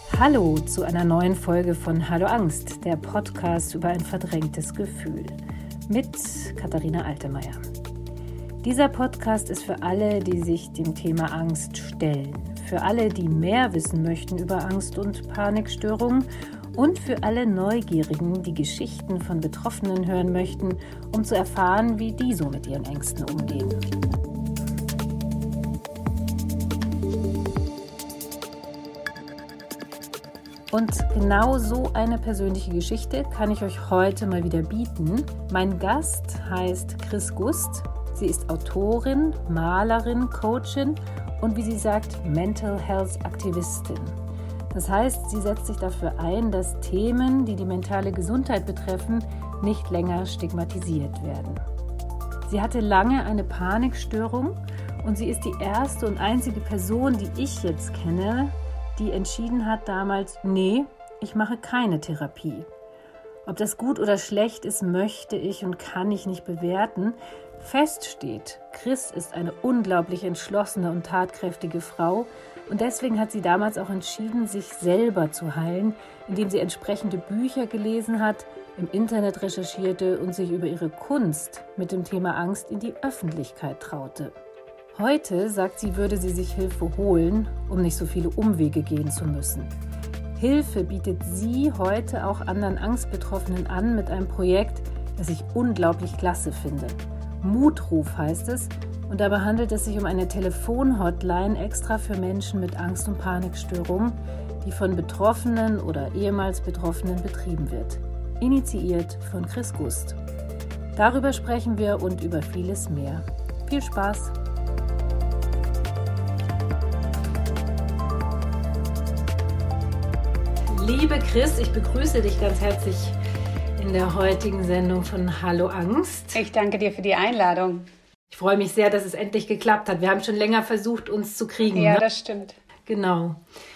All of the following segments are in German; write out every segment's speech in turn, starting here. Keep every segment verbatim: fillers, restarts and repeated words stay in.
Hallo zu einer neuen Folge von Hallo Angst, der Podcast über ein verdrängtes Gefühl mit Katharina Altemeyer. Dieser Podcast ist für alle, die sich dem Thema Angst stellen, für alle, die mehr wissen möchten über Angst- und Panikstörungen und für alle Neugierigen, die Geschichten von Betroffenen hören möchten, um zu erfahren, wie die so mit ihren Ängsten umgehen. Und genau so eine persönliche Geschichte kann ich euch heute mal wieder bieten. Mein Gast heißt Chris Gust. Sie ist Autorin, Malerin, Coachin und wie sie sagt, Mental Health Aktivistin. Das heißt, sie setzt sich dafür ein, dass Themen, die die mentale Gesundheit betreffen, nicht länger stigmatisiert werden. Sie hatte lange eine Panikstörung und sie ist die erste und einzige Person, die ich jetzt kenne, die entschieden hat damals, nee, ich mache keine Therapie. Ob das gut oder schlecht ist, möchte ich und kann ich nicht bewerten. Fest steht, Chris ist eine unglaublich entschlossene und tatkräftige Frau und deswegen hat sie damals auch entschieden, sich selber zu heilen, indem sie entsprechende Bücher gelesen hat, im Internet recherchierte und sich über ihre Kunst mit dem Thema Angst in die Öffentlichkeit traute. Heute sagt sie, würde sie sich Hilfe holen, um nicht so viele Umwege gehen zu müssen. Hilfe bietet sie heute auch anderen Angstbetroffenen an mit einem Projekt, das ich unglaublich klasse finde. Mutruf heißt es und dabei handelt es sich um eine Telefonhotline extra für Menschen mit Angst- und Panikstörungen, die von Betroffenen oder ehemals Betroffenen betrieben wird. Initiiert von Chris Gust. Darüber sprechen wir und über vieles mehr. Viel Spaß! Liebe Chris, ich begrüße dich ganz herzlich in der heutigen Sendung von Hallo Angst. Ich danke dir für die Einladung. Ich freue mich sehr, dass es endlich geklappt hat. Wir haben schon länger versucht, uns zu kriegen. Ja, ne? Das stimmt. Genau.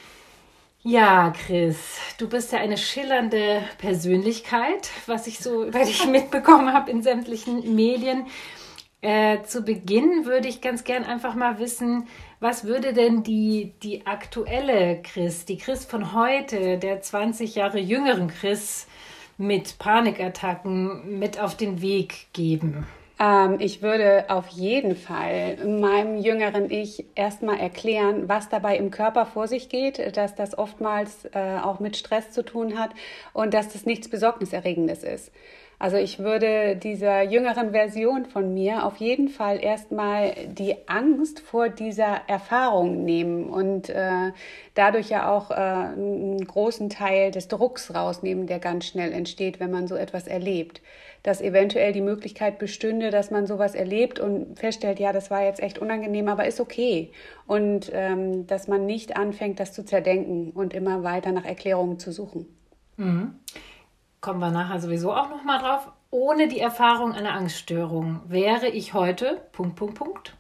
Ja, Chris, du bist ja eine schillernde Persönlichkeit, was ich so über dich mitbekommen habe in sämtlichen Medien. Äh, zu Beginn würde ich ganz gern einfach mal wissen, was würde denn die, die aktuelle Chris, die Chris von heute, der zwanzig Jahre jüngeren Chris mit Panikattacken mit auf den Weg geben? Ähm, ich würde auf jeden Fall meinem jüngeren Ich erstmal erklären, was dabei im Körper vor sich geht, dass das oftmals äh, auch mit Stress zu tun hat und dass das nichts Besorgniserregendes ist. Also ich würde dieser jüngeren Version von mir auf jeden Fall erstmal die Angst vor dieser Erfahrung nehmen und äh, dadurch ja auch äh, einen großen Teil des Drucks rausnehmen, der ganz schnell entsteht, wenn man so etwas erlebt. Dass eventuell die Möglichkeit bestünde, dass man sowas erlebt und feststellt, ja, das war jetzt echt unangenehm, aber ist okay. Und ähm, dass man nicht anfängt, das zu zerdenken und immer weiter nach Erklärungen zu suchen. Mhm. Kommen wir nachher sowieso auch noch mal drauf. Ohne die Erfahrung einer Angststörung wäre ich heute, Punkt, Punkt, Punkt.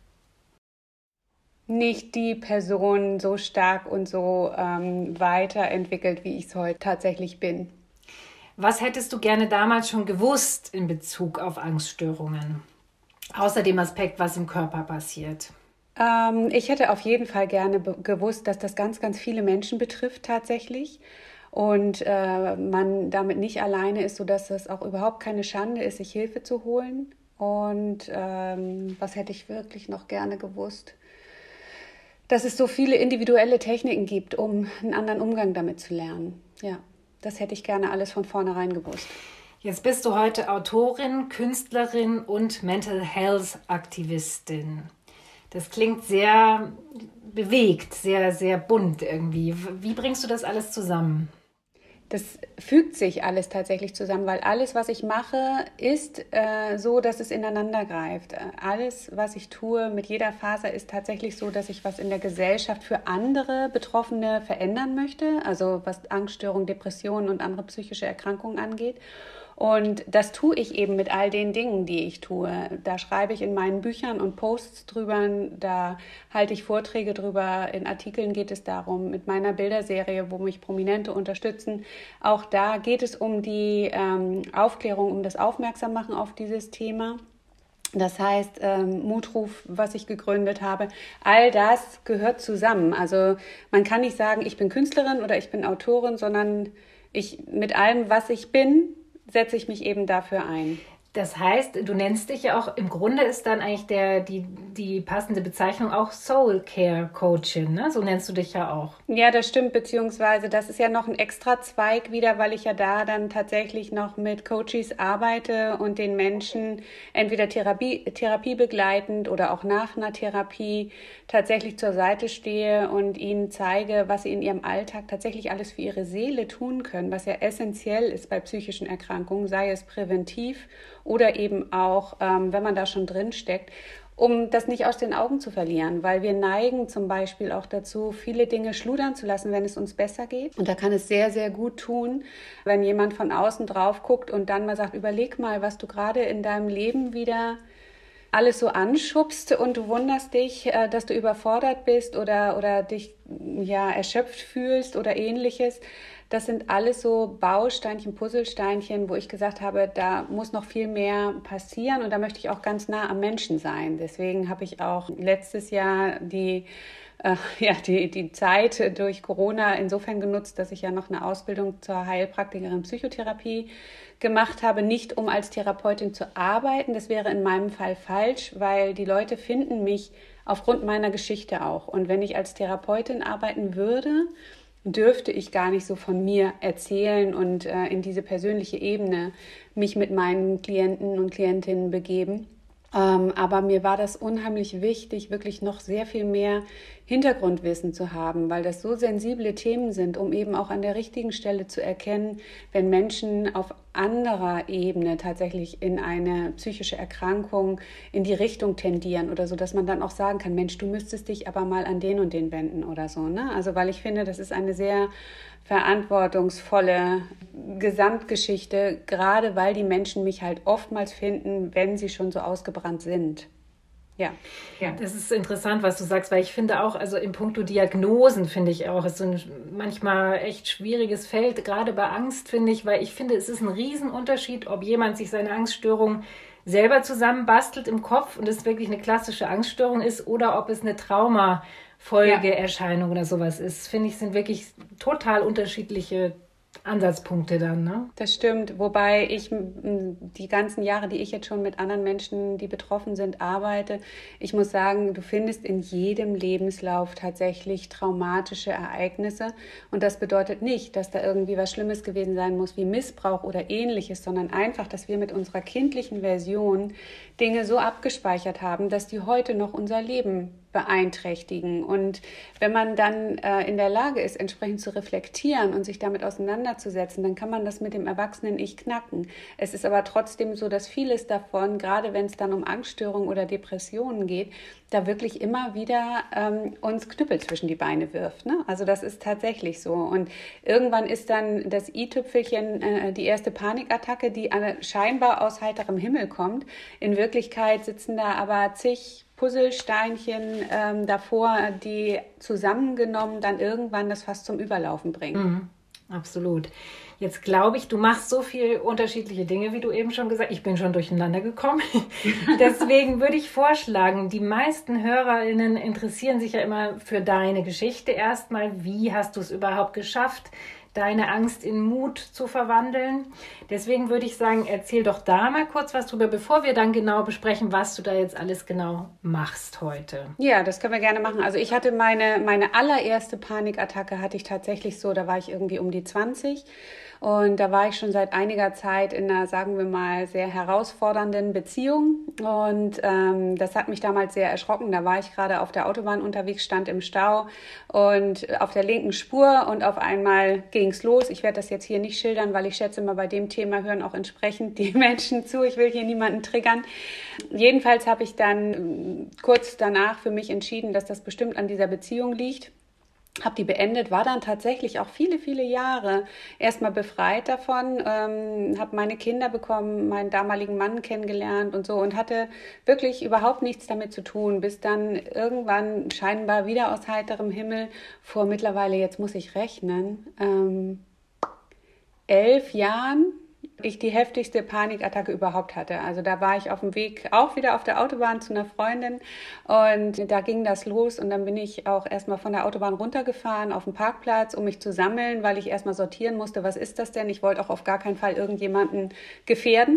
Nicht die Person so stark und so ähm, weiterentwickelt, wie ich es heute tatsächlich bin. Was hättest du gerne damals schon gewusst in Bezug auf Angststörungen? Außer dem Aspekt, was im Körper passiert. Ähm, ich hätte auf jeden Fall gerne be- gewusst, dass das ganz, ganz viele Menschen betrifft tatsächlich. Und äh, man damit nicht alleine ist, sodass es auch überhaupt keine Schande ist, sich Hilfe zu holen. Und ähm, was hätte ich wirklich noch gerne gewusst? Dass es so viele individuelle Techniken gibt, um einen anderen Umgang damit zu lernen. Ja, das hätte ich gerne alles von vornherein gewusst. Jetzt bist du heute Autorin, Künstlerin und Mental Health Aktivistin. Das klingt sehr bewegt, sehr, sehr bunt irgendwie. Wie bringst du das alles zusammen? Das fügt sich alles tatsächlich zusammen, weil alles, was ich mache, ist äh, so, dass es ineinander greift. Alles, was ich tue, mit jeder Faser ist tatsächlich so, dass ich was in der Gesellschaft für andere Betroffene verändern möchte, also was Angststörungen, Depressionen und andere psychische Erkrankungen angeht. Und das tue ich eben mit all den Dingen, die ich tue. Da schreibe ich in meinen Büchern und Posts drüber, da halte ich Vorträge drüber, in Artikeln geht es darum, mit meiner Bilderserie, wo mich Prominente unterstützen. Auch da geht es um die ähm, Aufklärung, um das Aufmerksammachen auf dieses Thema. Das heißt, ähm, Mutruf, was ich gegründet habe, all das gehört zusammen. Also man kann nicht sagen, ich bin Künstlerin oder ich bin Autorin, sondern ich mit allem, was ich bin, setze ich mich eben dafür ein. Das heißt, du nennst dich ja auch, im Grunde ist dann eigentlich der, die, die passende Bezeichnung auch Soul Care Coachin, ne? So nennst du dich ja auch. Ja, das stimmt, beziehungsweise das ist ja noch ein extra Zweig wieder, weil ich ja da dann tatsächlich noch mit Coaches arbeite und den Menschen entweder Therapie, Therapie begleitend oder auch nach einer Therapie tatsächlich zur Seite stehe und ihnen zeige, was sie in ihrem Alltag tatsächlich alles für ihre Seele tun können, was ja essentiell ist bei psychischen Erkrankungen, sei es präventiv oder eben auch, ähm, wenn man da schon drin steckt, um das nicht aus den Augen zu verlieren, weil wir neigen zum Beispiel auch dazu, viele Dinge schludern zu lassen, wenn es uns besser geht. Und da kann es sehr, sehr gut tun, wenn jemand von außen drauf guckt und dann mal sagt, überleg mal, was du gerade in deinem Leben wieder alles so anschubst und du wunderst dich, dass du überfordert bist oder, oder dich ja, erschöpft fühlst oder ähnliches. Das sind alles so Bausteinchen, Puzzlesteinchen, wo ich gesagt habe, da muss noch viel mehr passieren und da möchte ich auch ganz nah am Menschen sein. Deswegen habe ich auch letztes Jahr die, äh, ja, die, die Zeit durch Corona insofern genutzt, dass ich ja noch eine Ausbildung zur Heilpraktikerin Psychotherapie gemacht habe, nicht um als Therapeutin zu arbeiten. Das wäre in meinem Fall falsch, weil die Leute finden mich aufgrund meiner Geschichte auch. Und wenn ich als Therapeutin arbeiten würde, dürfte ich gar nicht so von mir erzählen und äh, in diese persönliche Ebene mich mit meinen Klienten und Klientinnen begeben. Ähm, aber mir war das unheimlich wichtig, wirklich noch sehr viel mehr Hintergrundwissen zu haben, weil das so sensible Themen sind, um eben auch an der richtigen Stelle zu erkennen, wenn Menschen auf anderer Ebene tatsächlich in eine psychische Erkrankung in die Richtung tendieren oder so, dass man dann auch sagen kann, Mensch, du müsstest dich aber mal an den und den wenden oder so, ne? Also weil ich finde, das ist eine sehr verantwortungsvolle Gesamtgeschichte, gerade weil die Menschen mich halt oftmals finden, wenn sie schon so ausgebrannt sind. Ja. Ja, das ist interessant, was du sagst, weil ich finde auch, also in puncto Diagnosen finde ich auch, ist so ein manchmal echt schwieriges Feld, gerade bei Angst finde ich, weil ich finde, es ist ein Riesenunterschied, ob jemand sich seine Angststörung selber zusammenbastelt im Kopf und es wirklich eine klassische Angststörung ist oder ob es eine Traumafolgeerscheinung ja. oder sowas ist. Finde ich, sind wirklich total unterschiedliche Ansatzpunkte dann, ne? Das stimmt, wobei ich die ganzen Jahre, die ich jetzt schon mit anderen Menschen, die betroffen sind, arbeite, ich muss sagen, du findest in jedem Lebenslauf tatsächlich traumatische Ereignisse und das bedeutet nicht, dass da irgendwie was Schlimmes gewesen sein muss wie Missbrauch oder ähnliches, sondern einfach, dass wir mit unserer kindlichen Version Dinge so abgespeichert haben, dass die heute noch unser Leben beeinträchtigen. Und wenn man dann äh, in der Lage ist, entsprechend zu reflektieren und sich damit auseinanderzusetzen, dann kann man das mit dem Erwachsenen-Ich knacken. Es ist aber trotzdem so, dass vieles davon, gerade wenn es dann um Angststörungen oder Depressionen geht, da wirklich immer wieder ähm, uns Knüppel zwischen die Beine wirft, ne? Also das ist tatsächlich so. Und irgendwann ist dann das i-Tüpfelchen äh, die erste Panikattacke, die äh, scheinbar aus heiterem Himmel kommt. In Wirklichkeit sitzen da aber zig Puzzlesteinchen ähm, davor, die zusammengenommen dann irgendwann das Fass zum Überlaufen bringen. Mhm, absolut. Jetzt glaube ich, du machst so viele unterschiedliche Dinge, wie du eben schon gesagt hast. Ich bin schon durcheinander gekommen. Deswegen würde ich vorschlagen, die meisten HörerInnen interessieren sich ja immer für deine Geschichte erstmal. Wie hast du es überhaupt geschafft, deine Angst in Mut zu verwandeln? Deswegen würde ich sagen, erzähl doch da mal kurz was drüber, bevor wir dann genau besprechen, was du da jetzt alles genau machst heute. Ja, das können wir gerne machen. Also ich hatte meine, meine allererste Panikattacke hatte ich tatsächlich so, da war ich irgendwie um die zwanzig. Und da war ich schon seit einiger Zeit in einer, sagen wir mal, sehr herausfordernden Beziehung. Und ähm, das hat mich damals sehr erschrocken. Da war ich gerade auf der Autobahn unterwegs, stand im Stau und auf der linken Spur. Und auf einmal ging's los. Ich werde das jetzt hier nicht schildern, weil ich schätze mal, bei dem Thema hören auch entsprechend die Menschen zu. Ich will hier niemanden triggern. Jedenfalls habe ich dann kurz danach für mich entschieden, dass das bestimmt an dieser Beziehung liegt. Habe die beendet, war dann tatsächlich auch viele, viele Jahre erstmal befreit davon, ähm, habe meine Kinder bekommen, meinen damaligen Mann kennengelernt und so und hatte wirklich überhaupt nichts damit zu tun, bis dann irgendwann scheinbar wieder aus heiterem Himmel vor mittlerweile, jetzt muss ich rechnen, ähm, elf Jahren ich die heftigste Panikattacke überhaupt hatte. Also da war ich auf dem Weg auch wieder auf der Autobahn zu einer Freundin und da ging das los und dann bin ich auch erstmal von der Autobahn runtergefahren auf den Parkplatz, um mich zu sammeln, weil ich erstmal sortieren musste, was ist das denn? Ich wollte auch auf gar keinen Fall irgendjemanden gefährden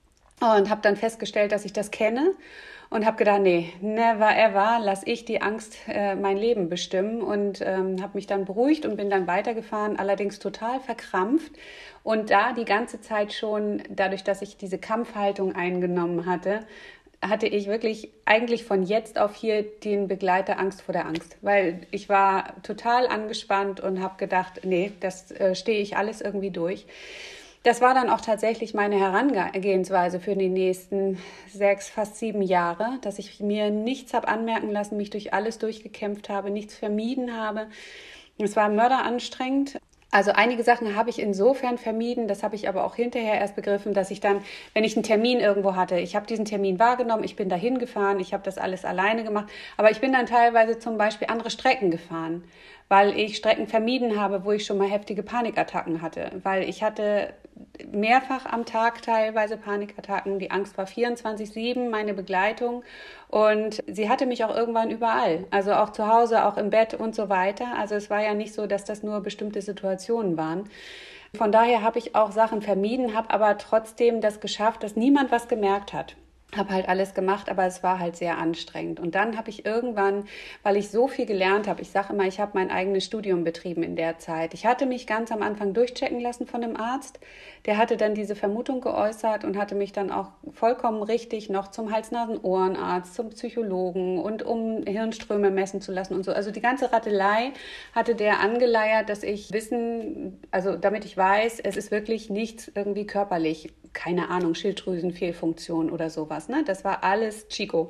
und habe dann festgestellt, dass ich das kenne. Und habe gedacht, nee, never ever, lass ich die Angst äh, mein Leben bestimmen und ähm, habe mich dann beruhigt und bin dann weitergefahren, allerdings total verkrampft und da die ganze Zeit schon, dadurch, dass ich diese Kampfhaltung eingenommen hatte, hatte ich wirklich eigentlich von jetzt auf hier den Begleiter Angst vor der Angst, weil ich war total angespannt und habe gedacht, nee, das äh, stehe ich alles irgendwie durch. Das war dann auch tatsächlich meine Herangehensweise für die nächsten sechs, fast sieben Jahre, dass ich mir nichts habe anmerken lassen, mich durch alles durchgekämpft habe, nichts vermieden habe. Es war mörderanstrengend. Also einige Sachen habe ich insofern vermieden, das habe ich aber auch hinterher erst begriffen, dass ich dann, wenn ich einen Termin irgendwo hatte, ich habe diesen Termin wahrgenommen, ich bin dahin gefahren, ich habe das alles alleine gemacht, aber ich bin dann teilweise zum Beispiel andere Strecken gefahren, weil ich Strecken vermieden habe, wo ich schon mal heftige Panikattacken hatte, weil ich hatte mehrfach am Tag teilweise Panikattacken, die Angst war vierundzwanzig sieben meine Begleitung und sie hatte mich auch irgendwann überall, also auch zu Hause, auch im Bett und so weiter, also es war ja nicht so, dass das nur bestimmte Situationen waren. Von daher habe ich auch Sachen vermieden, habe aber trotzdem das geschafft, dass niemand was gemerkt hat. Habe halt alles gemacht, aber es war halt sehr anstrengend. Und dann habe ich irgendwann, weil ich so viel gelernt habe, ich sage immer, ich habe mein eigenes Studium betrieben in der Zeit. Ich hatte mich ganz am Anfang durchchecken lassen von einem Arzt. Der hatte dann diese Vermutung geäußert und hatte mich dann auch vollkommen richtig noch zum Hals-Nasen-Ohrenarzt, zum Psychologen und um Hirnströme messen zu lassen und so. Also die ganze Rattelei hatte der angeleiert, dass ich wissen, also damit ich weiß, es ist wirklich nichts irgendwie körperlich, keine Ahnung, Schilddrüsenfehlfunktion oder sowas. Ne? Das war alles Chico.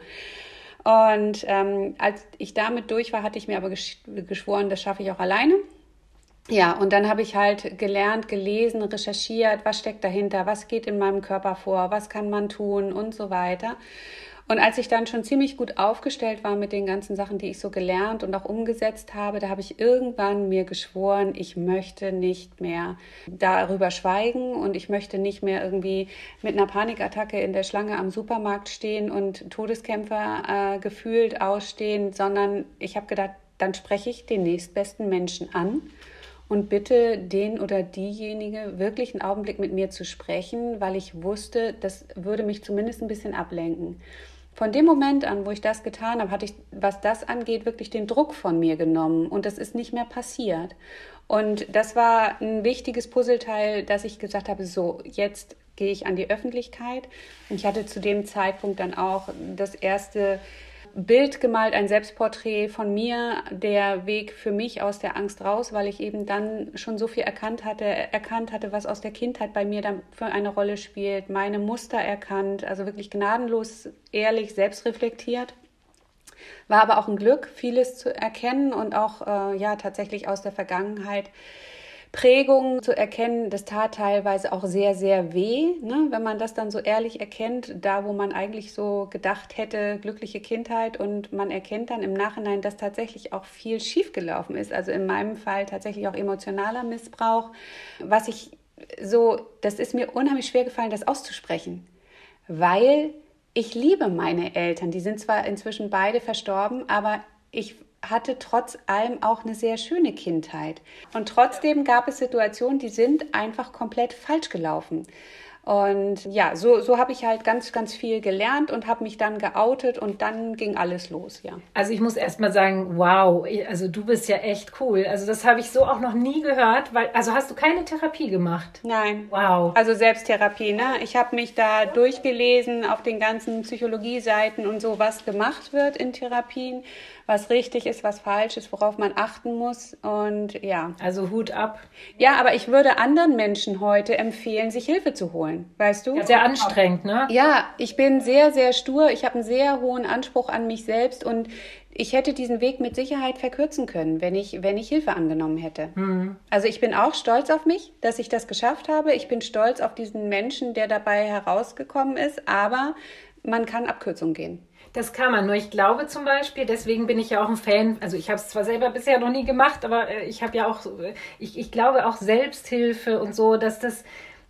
Und ähm, als ich damit durch war, hatte ich mir aber gesch- geschworen, das schaffe ich auch alleine. Ja, und dann habe ich halt gelernt, gelesen, recherchiert, was steckt dahinter, was geht in meinem Körper vor, was kann man tun und so weiter. Und als ich dann schon ziemlich gut aufgestellt war mit den ganzen Sachen, die ich so gelernt und auch umgesetzt habe, da habe ich irgendwann mir geschworen, ich möchte nicht mehr darüber schweigen und ich möchte nicht mehr irgendwie mit einer Panikattacke in der Schlange am Supermarkt stehen und Todeskämpfer äh, gefühlt ausstehen, sondern ich habe gedacht, dann spreche ich den nächstbesten Menschen an und bitte den oder diejenige wirklich einen Augenblick mit mir zu sprechen, weil ich wusste, das würde mich zumindest ein bisschen ablenken. Von dem Moment an, wo ich das getan habe, hatte ich, was das angeht, wirklich den Druck von mir genommen und das ist nicht mehr passiert. Und das war ein wichtiges Puzzleteil, dass ich gesagt habe, so, jetzt gehe ich an die Öffentlichkeit. Und ich hatte zu dem Zeitpunkt dann auch das erste Bild gemalt, ein Selbstporträt von mir, der Weg für mich aus der Angst raus, weil ich eben dann schon so viel erkannt hatte, erkannt hatte, was aus der Kindheit bei mir dann für eine Rolle spielt, meine Muster erkannt, also wirklich gnadenlos, ehrlich, selbstreflektiert. War aber auch ein Glück, vieles zu erkennen und auch äh, ja tatsächlich aus der Vergangenheit Prägungen zu erkennen, das tat teilweise auch sehr, sehr weh, ne? Wenn man das dann so ehrlich erkennt, da wo man eigentlich so gedacht hätte, glückliche Kindheit und man erkennt dann im Nachhinein, dass tatsächlich auch viel schiefgelaufen ist, also in meinem Fall tatsächlich auch emotionaler Missbrauch, was ich so, das ist mir unheimlich schwer gefallen, das auszusprechen, weil ich liebe meine Eltern, die sind zwar inzwischen beide verstorben, aber ich hatte trotz allem auch eine sehr schöne Kindheit. Und trotzdem gab es Situationen, die sind einfach komplett falsch gelaufen. Und ja, so, so habe ich halt ganz, ganz viel gelernt und habe mich dann geoutet und dann ging alles los, ja. Also ich muss erst mal sagen, wow, also du bist ja echt cool. Also das habe ich so auch noch nie gehört, weil, also hast du keine Therapie gemacht? Nein. Wow. Also Selbsttherapie, ne? Ich habe mich da durchgelesen auf den ganzen Psychologieseiten und so, was gemacht wird in Therapien, was richtig ist, was falsch ist, worauf man achten muss und ja. Also Hut ab. Ja, aber ich würde anderen Menschen heute empfehlen, sich Hilfe zu holen, weißt du? Ja, sehr anstrengend, ne? Ja, ich bin sehr, sehr stur. Ich habe einen sehr hohen Anspruch an mich selbst und ich hätte diesen Weg mit Sicherheit verkürzen können, wenn ich, wenn ich Hilfe angenommen hätte. Mhm. Also ich bin auch stolz auf mich, dass ich das geschafft habe. Ich bin stolz auf diesen Menschen, der dabei herausgekommen ist, aber man kann Abkürzungen gehen. Das kann man, nur ich glaube zum Beispiel, deswegen bin ich ja auch ein Fan, also ich habe es zwar selber bisher noch nie gemacht, aber ich habe ja auch, ich, ich glaube auch Selbsthilfe und so, dass das,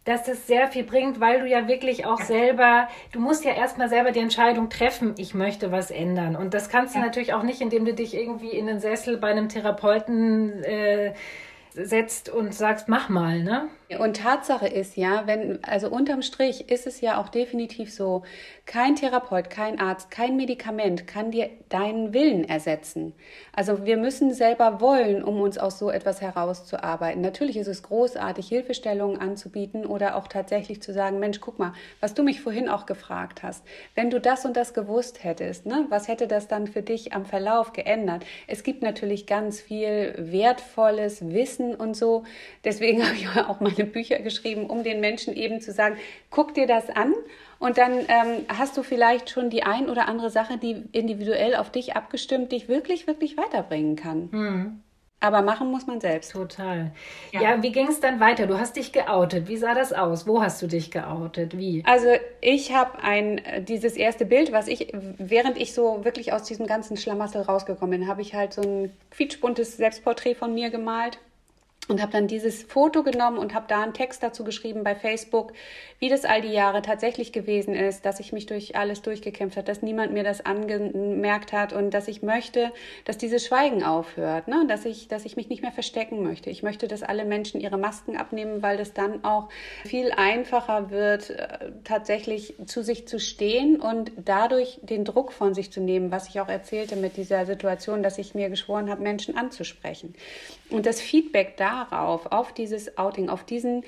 dass das sehr viel bringt, weil du ja wirklich auch ja. selber, du musst ja erstmal selber die Entscheidung treffen, ich möchte was ändern. Und das kannst du ja. natürlich auch nicht, indem du dich irgendwie in den Sessel bei einem Therapeuten äh, setzt und sagst, mach mal, ne? Und Tatsache ist ja, wenn, also unterm Strich ist es ja auch definitiv so, kein Therapeut, kein Arzt, kein Medikament kann dir deinen Willen ersetzen. Also wir müssen selber wollen, um uns aus so etwas herauszuarbeiten. Natürlich ist es großartig, Hilfestellungen anzubieten oder auch tatsächlich zu sagen, Mensch, guck mal, was du mich vorhin auch gefragt hast. Wenn du das und das gewusst hättest, ne, was hätte das dann für dich am Verlauf geändert? Es gibt natürlich ganz viel wertvolles Wissen und so. Deswegen habe ich auch meine Bücher geschrieben, um den Menschen eben zu sagen, guck dir das an und dann ähm, hast du vielleicht schon die ein oder andere Sache, die individuell auf dich abgestimmt, dich wirklich, wirklich weiterbringen kann. Hm. Aber machen muss man selbst. Total. Ja, ja, wie ging es dann weiter? Du hast dich geoutet. Wie sah das aus? Wo hast du dich geoutet? Wie? Also ich habe ein, dieses erste Bild, was ich, während ich so wirklich aus diesem ganzen Schlamassel rausgekommen bin, habe ich halt so ein quietschbuntes Selbstporträt von mir gemalt. Und habe dann dieses Foto genommen und habe da einen Text dazu geschrieben bei Facebook, wie das all die Jahre tatsächlich gewesen ist, dass ich mich durch alles durchgekämpft habe, dass niemand mir das angemerkt hat und dass ich möchte, dass dieses Schweigen aufhört, ne? dass ich, dass ich mich nicht mehr verstecken möchte. Ich möchte, dass alle Menschen ihre Masken abnehmen, weil das dann auch viel einfacher wird, tatsächlich zu sich zu stehen und dadurch den Druck von sich zu nehmen, was ich auch erzählte mit dieser Situation, dass ich mir geschworen habe, Menschen anzusprechen. Und das Feedback darauf, auf dieses Outing, auf diesen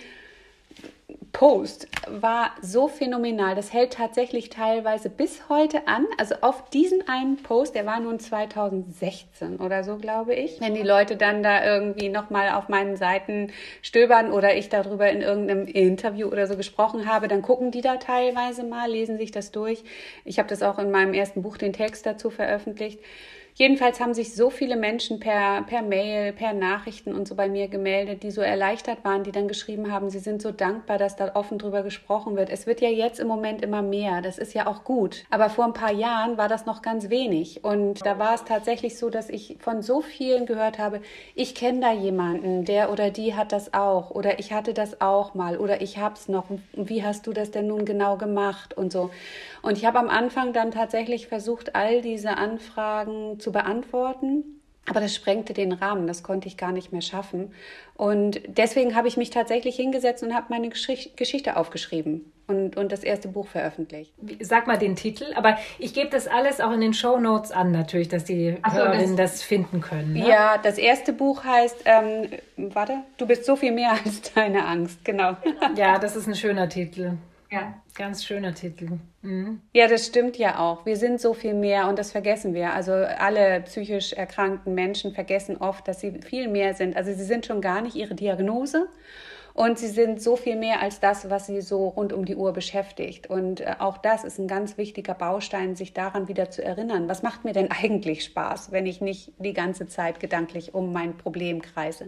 Post war so phänomenal. Das hält tatsächlich teilweise bis heute an. Also auf diesen einen Post, der war nun zweitausendsechzehn oder so, glaube ich. Wenn die Leute dann da irgendwie nochmal auf meinen Seiten stöbern oder ich darüber in irgendeinem Interview oder so gesprochen habe, dann gucken die da teilweise mal, lesen sich das durch. Ich habe das auch in meinem ersten Buch, den Text dazu veröffentlicht. Jedenfalls haben sich so viele Menschen per, per Mail, per Nachrichten und so bei mir gemeldet, die so erleichtert waren, die dann geschrieben haben, sie sind so dankbar, dass da offen drüber gesprochen wird. Es wird ja jetzt im Moment immer mehr, das ist ja auch gut. Aber vor ein paar Jahren war das noch ganz wenig. Und da war es tatsächlich so, dass ich von so vielen gehört habe, ich kenne da jemanden, der oder die hat das auch oder ich hatte das auch mal oder ich hab's noch. Wie hast du das denn nun genau gemacht und so. Und ich habe am Anfang dann tatsächlich versucht, all diese Anfragen zu beantworten. Aber das sprengte den Rahmen, das konnte ich gar nicht mehr schaffen. Und deswegen habe ich mich tatsächlich hingesetzt und habe meine Gesch- Geschichte aufgeschrieben und, und das erste Buch veröffentlicht. Sag mal den Titel, aber ich gebe das alles auch in den Shownotes an natürlich, dass die so, Hörerinnen das, das finden können. Ne? Ja, das erste Buch heißt, ähm, warte, du bist so viel mehr als deine Angst, genau. Ja, das ist ein schöner Titel. Ja, ganz schöner Titel. Mhm. Ja, das stimmt ja auch. Wir sind so viel mehr und das vergessen wir. Also alle psychisch erkrankten Menschen vergessen oft, dass sie viel mehr sind. Also sie sind schon gar nicht ihre Diagnose und sie sind so viel mehr als das, was sie so rund um die Uhr beschäftigt. Und auch das ist ein ganz wichtiger Baustein, sich daran wieder zu erinnern. Was macht mir denn eigentlich Spaß, wenn ich nicht die ganze Zeit gedanklich um mein Problem kreise?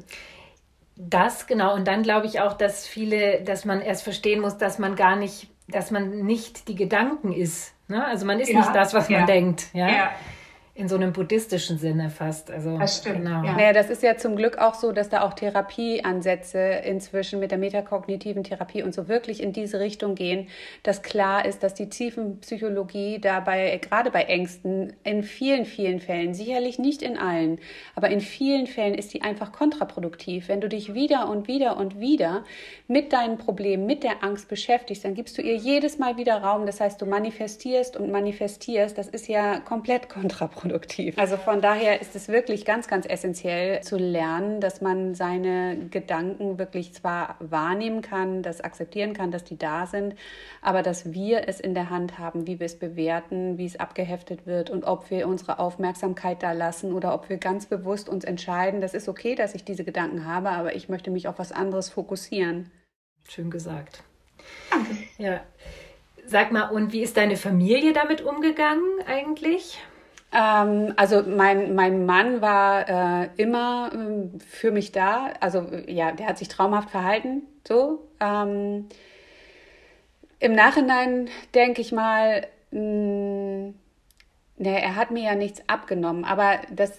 Das, genau. Und dann glaube ich auch, dass viele, dass man erst verstehen muss, dass man gar nicht, dass man nicht die Gedanken ist. Ne? Also man ist ja, nicht das, was ja. man denkt. Ja? Ja. In so einem buddhistischen Sinne fast. Also, das stimmt. Genau. Ja. Naja, das ist ja zum Glück auch so, dass da auch Therapieansätze inzwischen mit der metakognitiven Therapie und so wirklich in diese Richtung gehen, dass klar ist, dass die Tiefenpsychologie dabei, gerade bei Ängsten, in vielen, vielen Fällen, sicherlich nicht in allen, aber in vielen Fällen ist die einfach kontraproduktiv. Wenn du dich wieder und wieder und wieder mit deinen Problemen, mit der Angst beschäftigst, dann gibst du ihr jedes Mal wieder Raum. Das heißt, du manifestierst und manifestierst. Das ist ja komplett kontraproduktiv. Also von daher ist es wirklich ganz, ganz essentiell zu lernen, dass man seine Gedanken wirklich zwar wahrnehmen kann, das akzeptieren kann, dass die da sind, aber dass wir es in der Hand haben, wie wir es bewerten, wie es abgeheftet wird und ob wir unsere Aufmerksamkeit da lassen oder ob wir ganz bewusst uns entscheiden, das ist okay, dass ich diese Gedanken habe, aber ich möchte mich auf was anderes fokussieren. Schön gesagt. Danke. Ja. Sag mal, und wie ist deine Familie damit umgegangen eigentlich? Also mein, mein Mann war äh, immer äh, für mich da. Also ja, der hat sich traumhaft verhalten. So. Ähm, Im Nachhinein denke ich mal, mh, ne, er hat mir ja nichts abgenommen. Aber das,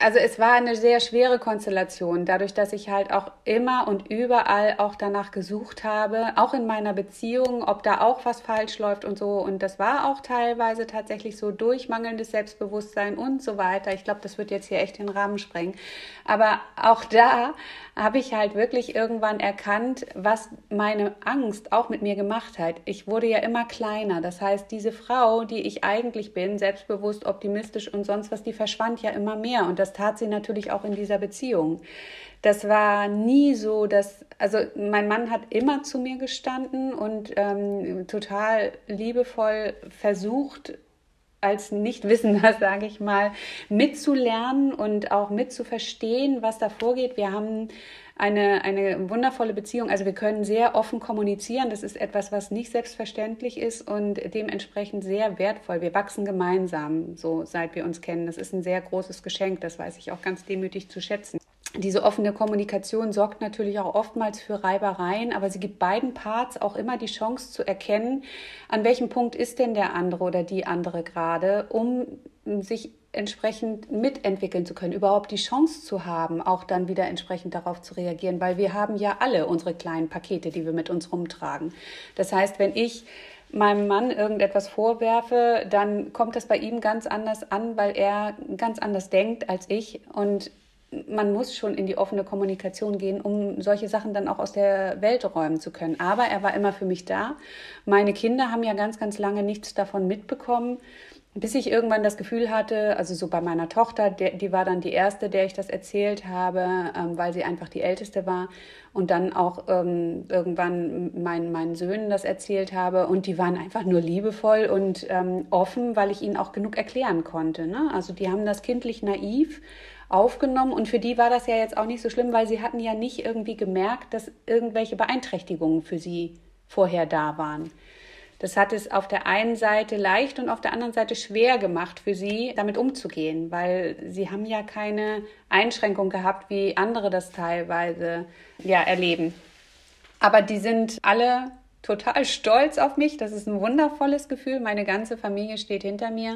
Also es war eine sehr schwere Konstellation, dadurch, dass ich halt auch immer und überall auch danach gesucht habe, auch in meiner Beziehung, ob da auch was falsch läuft und so. Und das war auch teilweise tatsächlich so durch mangelndes Selbstbewusstsein und so weiter. Ich glaube, das wird jetzt hier echt den Rahmen sprengen. Aber auch da habe ich halt wirklich irgendwann erkannt, was meine Angst auch mit mir gemacht hat. Ich wurde ja immer kleiner. Das heißt, diese Frau, die ich eigentlich bin, selbstbewusst, optimistisch und sonst was, die verschwand ja immer mehr. Und das tat sie natürlich auch in dieser Beziehung. Das war nie so, dass, also mein Mann hat immer zu mir gestanden und ähm, total liebevoll versucht, als Nichtwissender, sage ich mal, mitzulernen und auch mitzuverstehen, was da vorgeht. Wir haben eine, eine wundervolle Beziehung. Also wir können sehr offen kommunizieren. Das ist etwas, was nicht selbstverständlich ist und dementsprechend sehr wertvoll. Wir wachsen gemeinsam, so seit wir uns kennen. Das ist ein sehr großes Geschenk. Das weiß ich auch ganz demütig zu schätzen. Diese offene Kommunikation sorgt natürlich auch oftmals für Reibereien, aber sie gibt beiden Parts auch immer die Chance zu erkennen, an welchem Punkt ist denn der andere oder die andere gerade, um sich entsprechend mitentwickeln zu können, überhaupt die Chance zu haben, auch dann wieder entsprechend darauf zu reagieren, weil wir haben ja alle unsere kleinen Pakete, die wir mit uns rumtragen. Das heißt, wenn ich meinem Mann irgendetwas vorwerfe, dann kommt das bei ihm ganz anders an, weil er ganz anders denkt als ich und man muss schon in die offene Kommunikation gehen, um solche Sachen dann auch aus der Welt räumen zu können. Aber er war immer für mich da. Meine Kinder haben ja ganz, ganz lange nichts davon mitbekommen, bis ich irgendwann das Gefühl hatte, also so bei meiner Tochter, der, die war dann die erste, der ich das erzählt habe, ähm, weil sie einfach die Älteste war. Und dann auch ähm, irgendwann mein, meinen Söhnen das erzählt habe. Und die waren einfach nur liebevoll und ähm, offen, weil ich ihnen auch genug erklären konnte. Ne? Also die haben das kindlich naiv aufgenommen und für die war das ja jetzt auch nicht so schlimm, weil sie hatten ja nicht irgendwie gemerkt, dass irgendwelche Beeinträchtigungen für sie vorher da waren. Das hat es auf der einen Seite leicht und auf der anderen Seite schwer gemacht für sie, damit umzugehen, weil sie haben ja keine Einschränkung gehabt, wie andere das teilweise ja, erleben. Aber die sind alle total stolz auf mich. Das ist ein wundervolles Gefühl. Meine ganze Familie steht hinter mir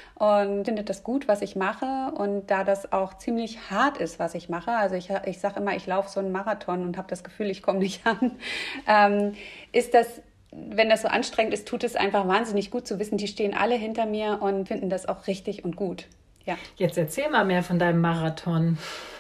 und findet das gut, was ich mache. Und da das auch ziemlich hart ist, was ich mache, also ich, ich sage immer, ich laufe so einen Marathon und habe das Gefühl, ich komme nicht an, ähm, ist das, wenn das so anstrengend ist, tut es einfach wahnsinnig gut zu wissen, die stehen alle hinter mir und finden das auch richtig und gut. Ja. Jetzt erzähl mal mehr von deinem Marathon.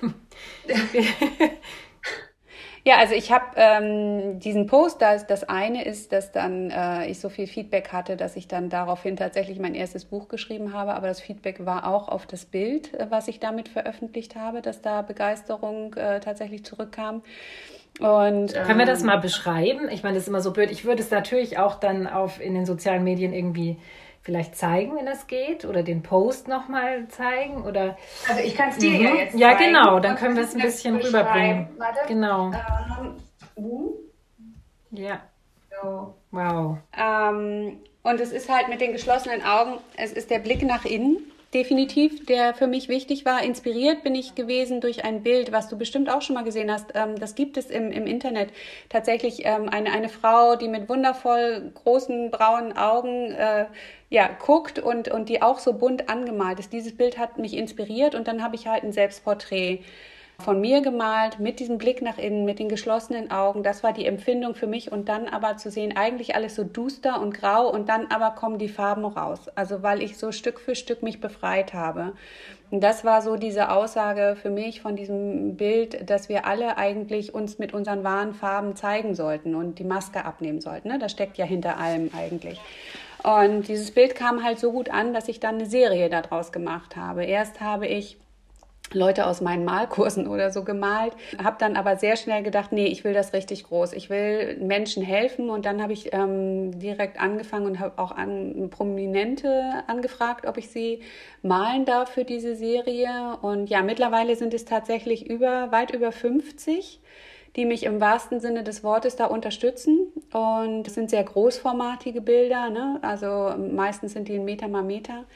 Ja, also ich habe ähm, diesen Post, das, das eine ist, dass dann äh, ich so viel Feedback hatte, dass ich dann daraufhin tatsächlich mein erstes Buch geschrieben habe, aber das Feedback war auch auf das Bild, was ich damit veröffentlicht habe, dass da Begeisterung äh, tatsächlich zurückkam. Und, ähm, können wir das mal beschreiben? Ich meine, das ist immer so blöd. Ich würde es natürlich auch dann auf in den sozialen Medien irgendwie vielleicht zeigen, wenn das geht, oder den Post nochmal zeigen, oder... Also ich kann es dir mhm. ja jetzt ja, zeigen. Ja, genau, dann können wir es ein bisschen rüberbringen. Warte. Genau. Ähm, uh. Ja. So. Wow. Ähm, und es ist halt mit den geschlossenen Augen, es ist der Blick nach innen, definitiv, der für mich wichtig war. Inspiriert bin ich gewesen durch ein Bild, was du bestimmt auch schon mal gesehen hast. Ähm, das gibt es im, im Internet. Tatsächlich ähm, eine, eine Frau, die mit wundervoll großen braunen Augen äh, ja, guckt und, und die auch so bunt angemalt ist. Dieses Bild hat mich inspiriert und dann habe ich halt ein Selbstporträt von mir gemalt, mit diesem Blick nach innen, mit den geschlossenen Augen. Das war die Empfindung für mich und dann aber zu sehen, eigentlich alles so duster und grau und dann aber kommen die Farben raus. Also weil ich so Stück für Stück mich befreit habe. Und das war so diese Aussage für mich von diesem Bild, dass wir alle eigentlich uns mit unseren wahren Farben zeigen sollten und die Maske abnehmen sollten. Ne? Das steckt ja hinter allem eigentlich. Und dieses Bild kam halt so gut an, dass ich dann eine Serie daraus gemacht habe. Erst habe ich Leute aus meinen Malkursen oder so gemalt, habe dann aber sehr schnell gedacht, nee, ich will das richtig groß, ich will Menschen helfen und dann habe ich ähm, direkt angefangen und habe auch an Prominente angefragt, ob ich sie malen darf für diese Serie und ja, mittlerweile sind es tatsächlich über weit über fünfzig, die mich im wahrsten Sinne des Wortes da unterstützen und es sind sehr großformatige Bilder, ne? Also meistens sind die ein Meter mal Meter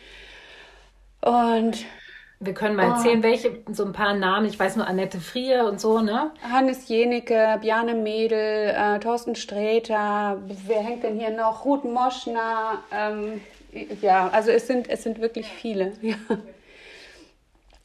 und wir können mal erzählen, oh. welche, so ein paar Namen, ich weiß nur Annette Frier und so, ne? Hannes Jenecke, Bjarne Mädel, äh, Thorsten Sträter, wer hängt denn hier noch? Ruth Moschner, ähm, ja, also es sind, es sind wirklich viele, ja.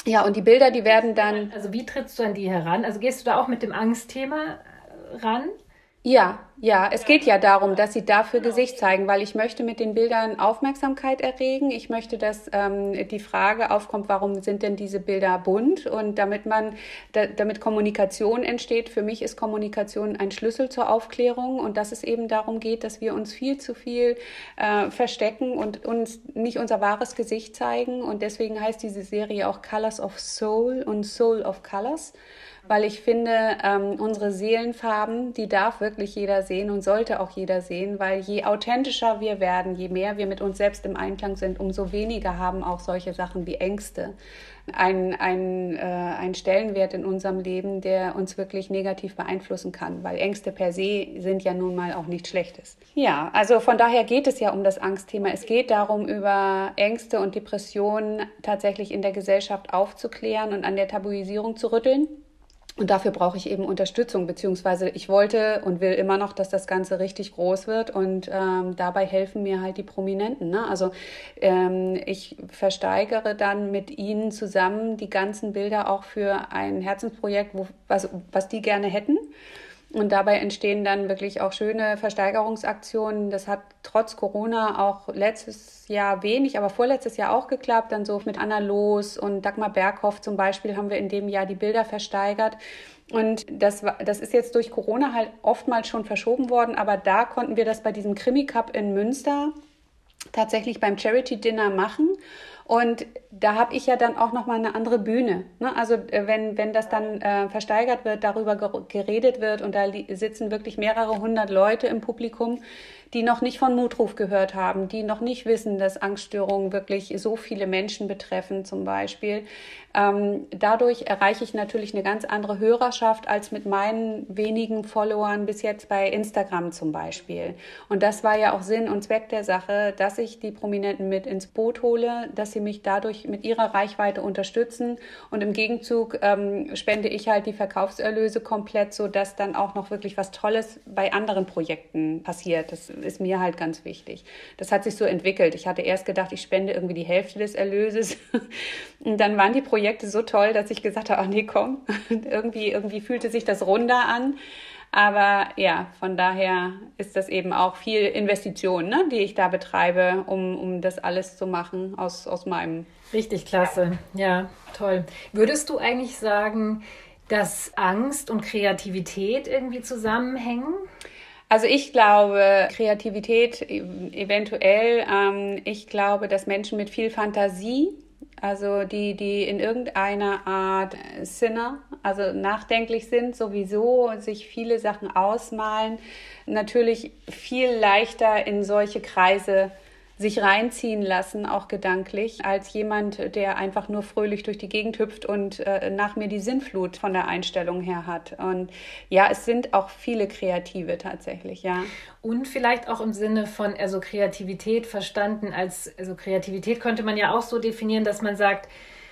Ja, und die Bilder, die werden dann... Also wie trittst du an die heran? Also gehst du da auch mit dem Angstthema ran? Ja, ja, es geht ja darum, dass sie dafür Gesicht zeigen, weil ich möchte mit den Bildern Aufmerksamkeit erregen. Ich möchte, dass ähm, die Frage aufkommt, warum sind denn diese Bilder bunt? Und damit man, da, damit Kommunikation entsteht, für mich ist Kommunikation ein Schlüssel zur Aufklärung und dass es eben darum geht, dass wir uns viel zu viel äh, verstecken und uns nicht unser wahres Gesicht zeigen. Und deswegen heißt diese Serie auch Colors of Soul und Soul of Colors. Weil ich finde, ähm, unsere Seelenfarben, die darf wirklich jeder sehen und sollte auch jeder sehen, weil je authentischer wir werden, je mehr wir mit uns selbst im Einklang sind, umso weniger haben auch solche Sachen wie Ängste einen, einen, äh, einen Stellenwert in unserem Leben, der uns wirklich negativ beeinflussen kann, weil Ängste per se sind ja nun mal auch nichts Schlechtes. Ja, also von daher geht es ja um das Angstthema. Es geht darum, über Ängste und Depressionen tatsächlich in der Gesellschaft aufzuklären und an der Tabuisierung zu rütteln. Und dafür brauche ich eben Unterstützung, beziehungsweise ich wollte und will immer noch, dass das Ganze richtig groß wird und ähm, dabei helfen mir halt die Prominenten. Ne? Also ähm, ich versteigere dann mit ihnen zusammen die ganzen Bilder auch für ein Herzensprojekt, wo, was, was die gerne hätten. Und dabei entstehen dann wirklich auch schöne Versteigerungsaktionen. Das hat trotz Corona auch letztes Jahr wenig, aber vorletztes Jahr auch geklappt. Dann so mit Anna Loos und Dagmar Berghoff zum Beispiel haben wir in dem Jahr die Bilder versteigert. Und das, war, das ist jetzt durch Corona halt oftmals schon verschoben worden. Aber da konnten wir das bei diesem Krimi Cup in Münster tatsächlich beim Charity Dinner machen. Und da habe ich ja dann auch nochmal eine andere Bühne. Ne? Also wenn, wenn das dann äh, versteigert wird, darüber geredet wird und da sitzen wirklich mehrere hundert Leute im Publikum, die noch nicht von Mutruf gehört haben, die noch nicht wissen, dass Angststörungen wirklich so viele Menschen betreffen zum Beispiel. Ähm, dadurch erreiche ich natürlich eine ganz andere Hörerschaft als mit meinen wenigen Followern bis jetzt bei Instagram zum Beispiel. Und das war ja auch Sinn und Zweck der Sache, dass ich die Prominenten mit ins Boot hole, dass sie mich dadurch mit ihrer Reichweite unterstützen und im Gegenzug ähm, spende ich halt die Verkaufserlöse komplett, sodass dann auch noch wirklich was Tolles bei anderen Projekten passiert. Das ist mir halt ganz wichtig. Das hat sich so entwickelt. Ich hatte erst gedacht, ich spende irgendwie die Hälfte des Erlöses und dann waren die Projekte so toll, dass ich gesagt habe, ach nee, komm, irgendwie, irgendwie fühlte sich das runder an. Aber ja, von daher ist das eben auch viel Investition, ne, die ich da betreibe, um, um das alles zu machen aus, aus meinem... Richtig klasse, ja, toll. Würdest du eigentlich sagen, dass Angst und Kreativität irgendwie zusammenhängen? Also ich glaube, Kreativität eventuell, ähm, ich glaube, dass Menschen mit viel Fantasie, also die, die in irgendeiner Art Sinner, also nachdenklich sind sowieso, sich viele Sachen ausmalen, natürlich viel leichter in solche Kreise sich reinziehen lassen, auch gedanklich, als jemand, der einfach nur fröhlich durch die Gegend hüpft und äh, nach mir die Sinnflut von der Einstellung her hat. Und ja, es sind auch viele Kreative tatsächlich, ja. Und vielleicht auch im Sinne von, also Kreativität verstanden als, also Kreativität könnte man ja auch so definieren, dass man sagt,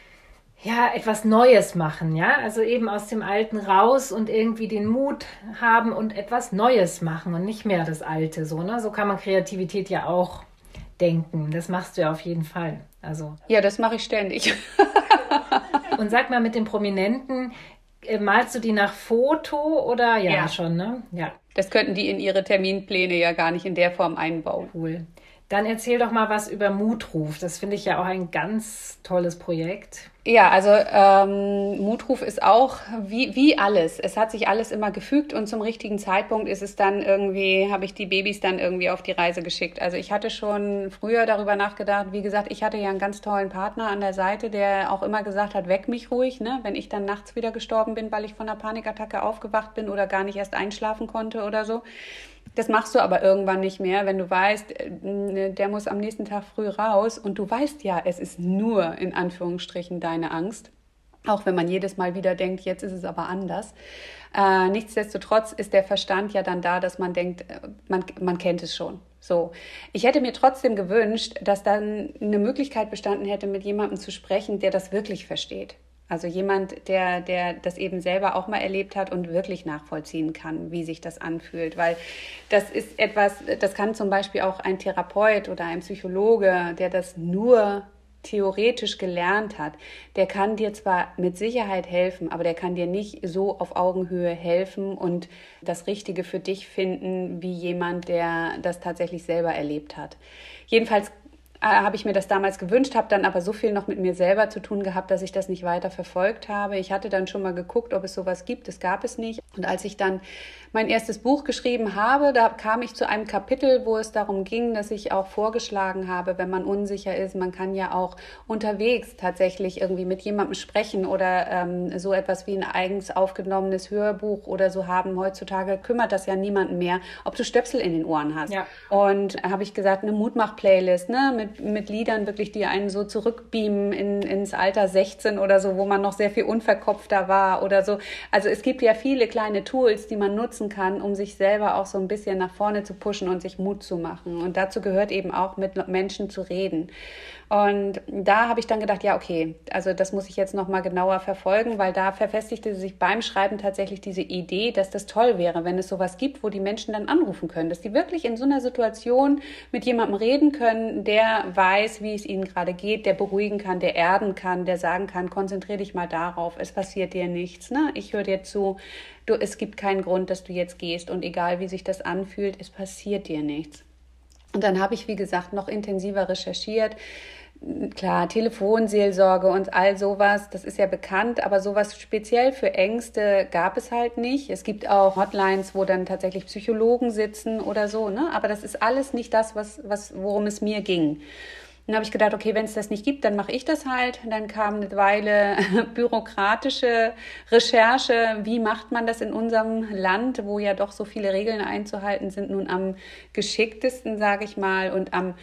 ja, etwas Neues machen, ja, also eben aus dem Alten raus und irgendwie den Mut haben und etwas Neues machen und nicht mehr das Alte, so, ne? So kann man Kreativität ja auch denken. Das machst du ja auf jeden Fall. Also. Ja, das mache ich ständig. Und sag mal, mit den Prominenten, äh, malst du die nach Foto oder? Ja, ja, schon, ne? Ja. Das könnten die in ihre Terminpläne ja gar nicht in der Form einbauen. Cool. Dann erzähl doch mal was über Mutruf. Das finde ich ja auch ein ganz tolles Projekt. Ja, also ähm, Mutruf ist auch wie, wie alles. Es hat sich alles immer gefügt und zum richtigen Zeitpunkt ist es dann irgendwie, habe ich die Babys dann irgendwie auf die Reise geschickt. Also ich hatte schon früher darüber nachgedacht, wie gesagt, ich hatte ja einen ganz tollen Partner an der Seite, der auch immer gesagt hat, weck mich ruhig, ne, wenn ich dann nachts wieder gestorben bin, weil ich von einer Panikattacke aufgewacht bin oder gar nicht erst einschlafen konnte oder so. Das machst du aber irgendwann nicht mehr, wenn du weißt, der muss am nächsten Tag früh raus und du weißt ja, es ist nur in Anführungsstrichen deine Angst, auch wenn man jedes Mal wieder denkt, jetzt ist es aber anders. Äh, nichtsdestotrotz ist der Verstand ja dann da, dass man denkt, man, man kennt es schon. So. Ich hätte mir trotzdem gewünscht, dass dann eine Möglichkeit bestanden hätte, mit jemandem zu sprechen, der das wirklich versteht. Also jemand, der, der das eben selber auch mal erlebt hat und wirklich nachvollziehen kann, wie sich das anfühlt. Weil das ist etwas, das kann zum Beispiel auch ein Therapeut oder ein Psychologe, der das nur theoretisch gelernt hat, der kann dir zwar mit Sicherheit helfen, aber der kann dir nicht so auf Augenhöhe helfen und das Richtige für dich finden, wie jemand, der das tatsächlich selber erlebt hat. Jedenfalls habe ich mir das damals gewünscht, habe dann aber so viel noch mit mir selber zu tun gehabt, dass ich das nicht weiter verfolgt habe. Ich hatte dann schon mal geguckt, ob es sowas gibt. Es gab es nicht. Und als ich dann mein erstes Buch geschrieben habe, da kam ich zu einem Kapitel, wo es darum ging, dass ich auch vorgeschlagen habe, wenn man unsicher ist, man kann ja auch unterwegs tatsächlich irgendwie mit jemandem sprechen oder ähm, so etwas wie ein eigens aufgenommenes Hörbuch oder so haben. Heutzutage kümmert das ja niemanden mehr, ob du Stöpsel in den Ohren hast. Ja. Und habe ich gesagt, eine Mutmach-Playlist, ne, mit mit Liedern wirklich, die einen so zurückbeamen in, ins Alter sechzehn oder so, wo man noch sehr viel unverkopfter war oder so. Also es gibt ja viele kleine Tools, die man nutzen kann, um sich selber auch so ein bisschen nach vorne zu pushen und sich Mut zu machen. Und dazu gehört eben auch, mit Menschen zu reden. Und da habe ich dann gedacht, ja, okay, also das muss ich jetzt nochmal genauer verfolgen, weil da verfestigte sich beim Schreiben tatsächlich diese Idee, dass das toll wäre, wenn es sowas gibt, wo die Menschen dann anrufen können, dass die wirklich in so einer Situation mit jemandem reden können, der weiß, wie es ihnen gerade geht, der beruhigen kann, der erden kann, der sagen kann, konzentrier dich mal darauf, es passiert dir nichts, ne? Ich höre dir zu, du, es gibt keinen Grund, dass du jetzt gehst und egal, wie sich das anfühlt, es passiert dir nichts. Und dann habe ich, wie gesagt, noch intensiver recherchiert. Klar, Telefonseelsorge und all sowas, das ist ja bekannt, aber sowas speziell für Ängste gab es halt nicht. Es gibt auch Hotlines, wo dann tatsächlich Psychologen sitzen oder so, ne? Aber das ist alles nicht das, was, was, worum es mir ging. Dann habe ich gedacht, okay, wenn es das nicht gibt, dann mache ich das halt. Dann kam eine Weile bürokratische Recherche. Wie macht man das in unserem Land, wo ja doch so viele Regeln einzuhalten sind, nun am geschicktesten, sage ich mal, und am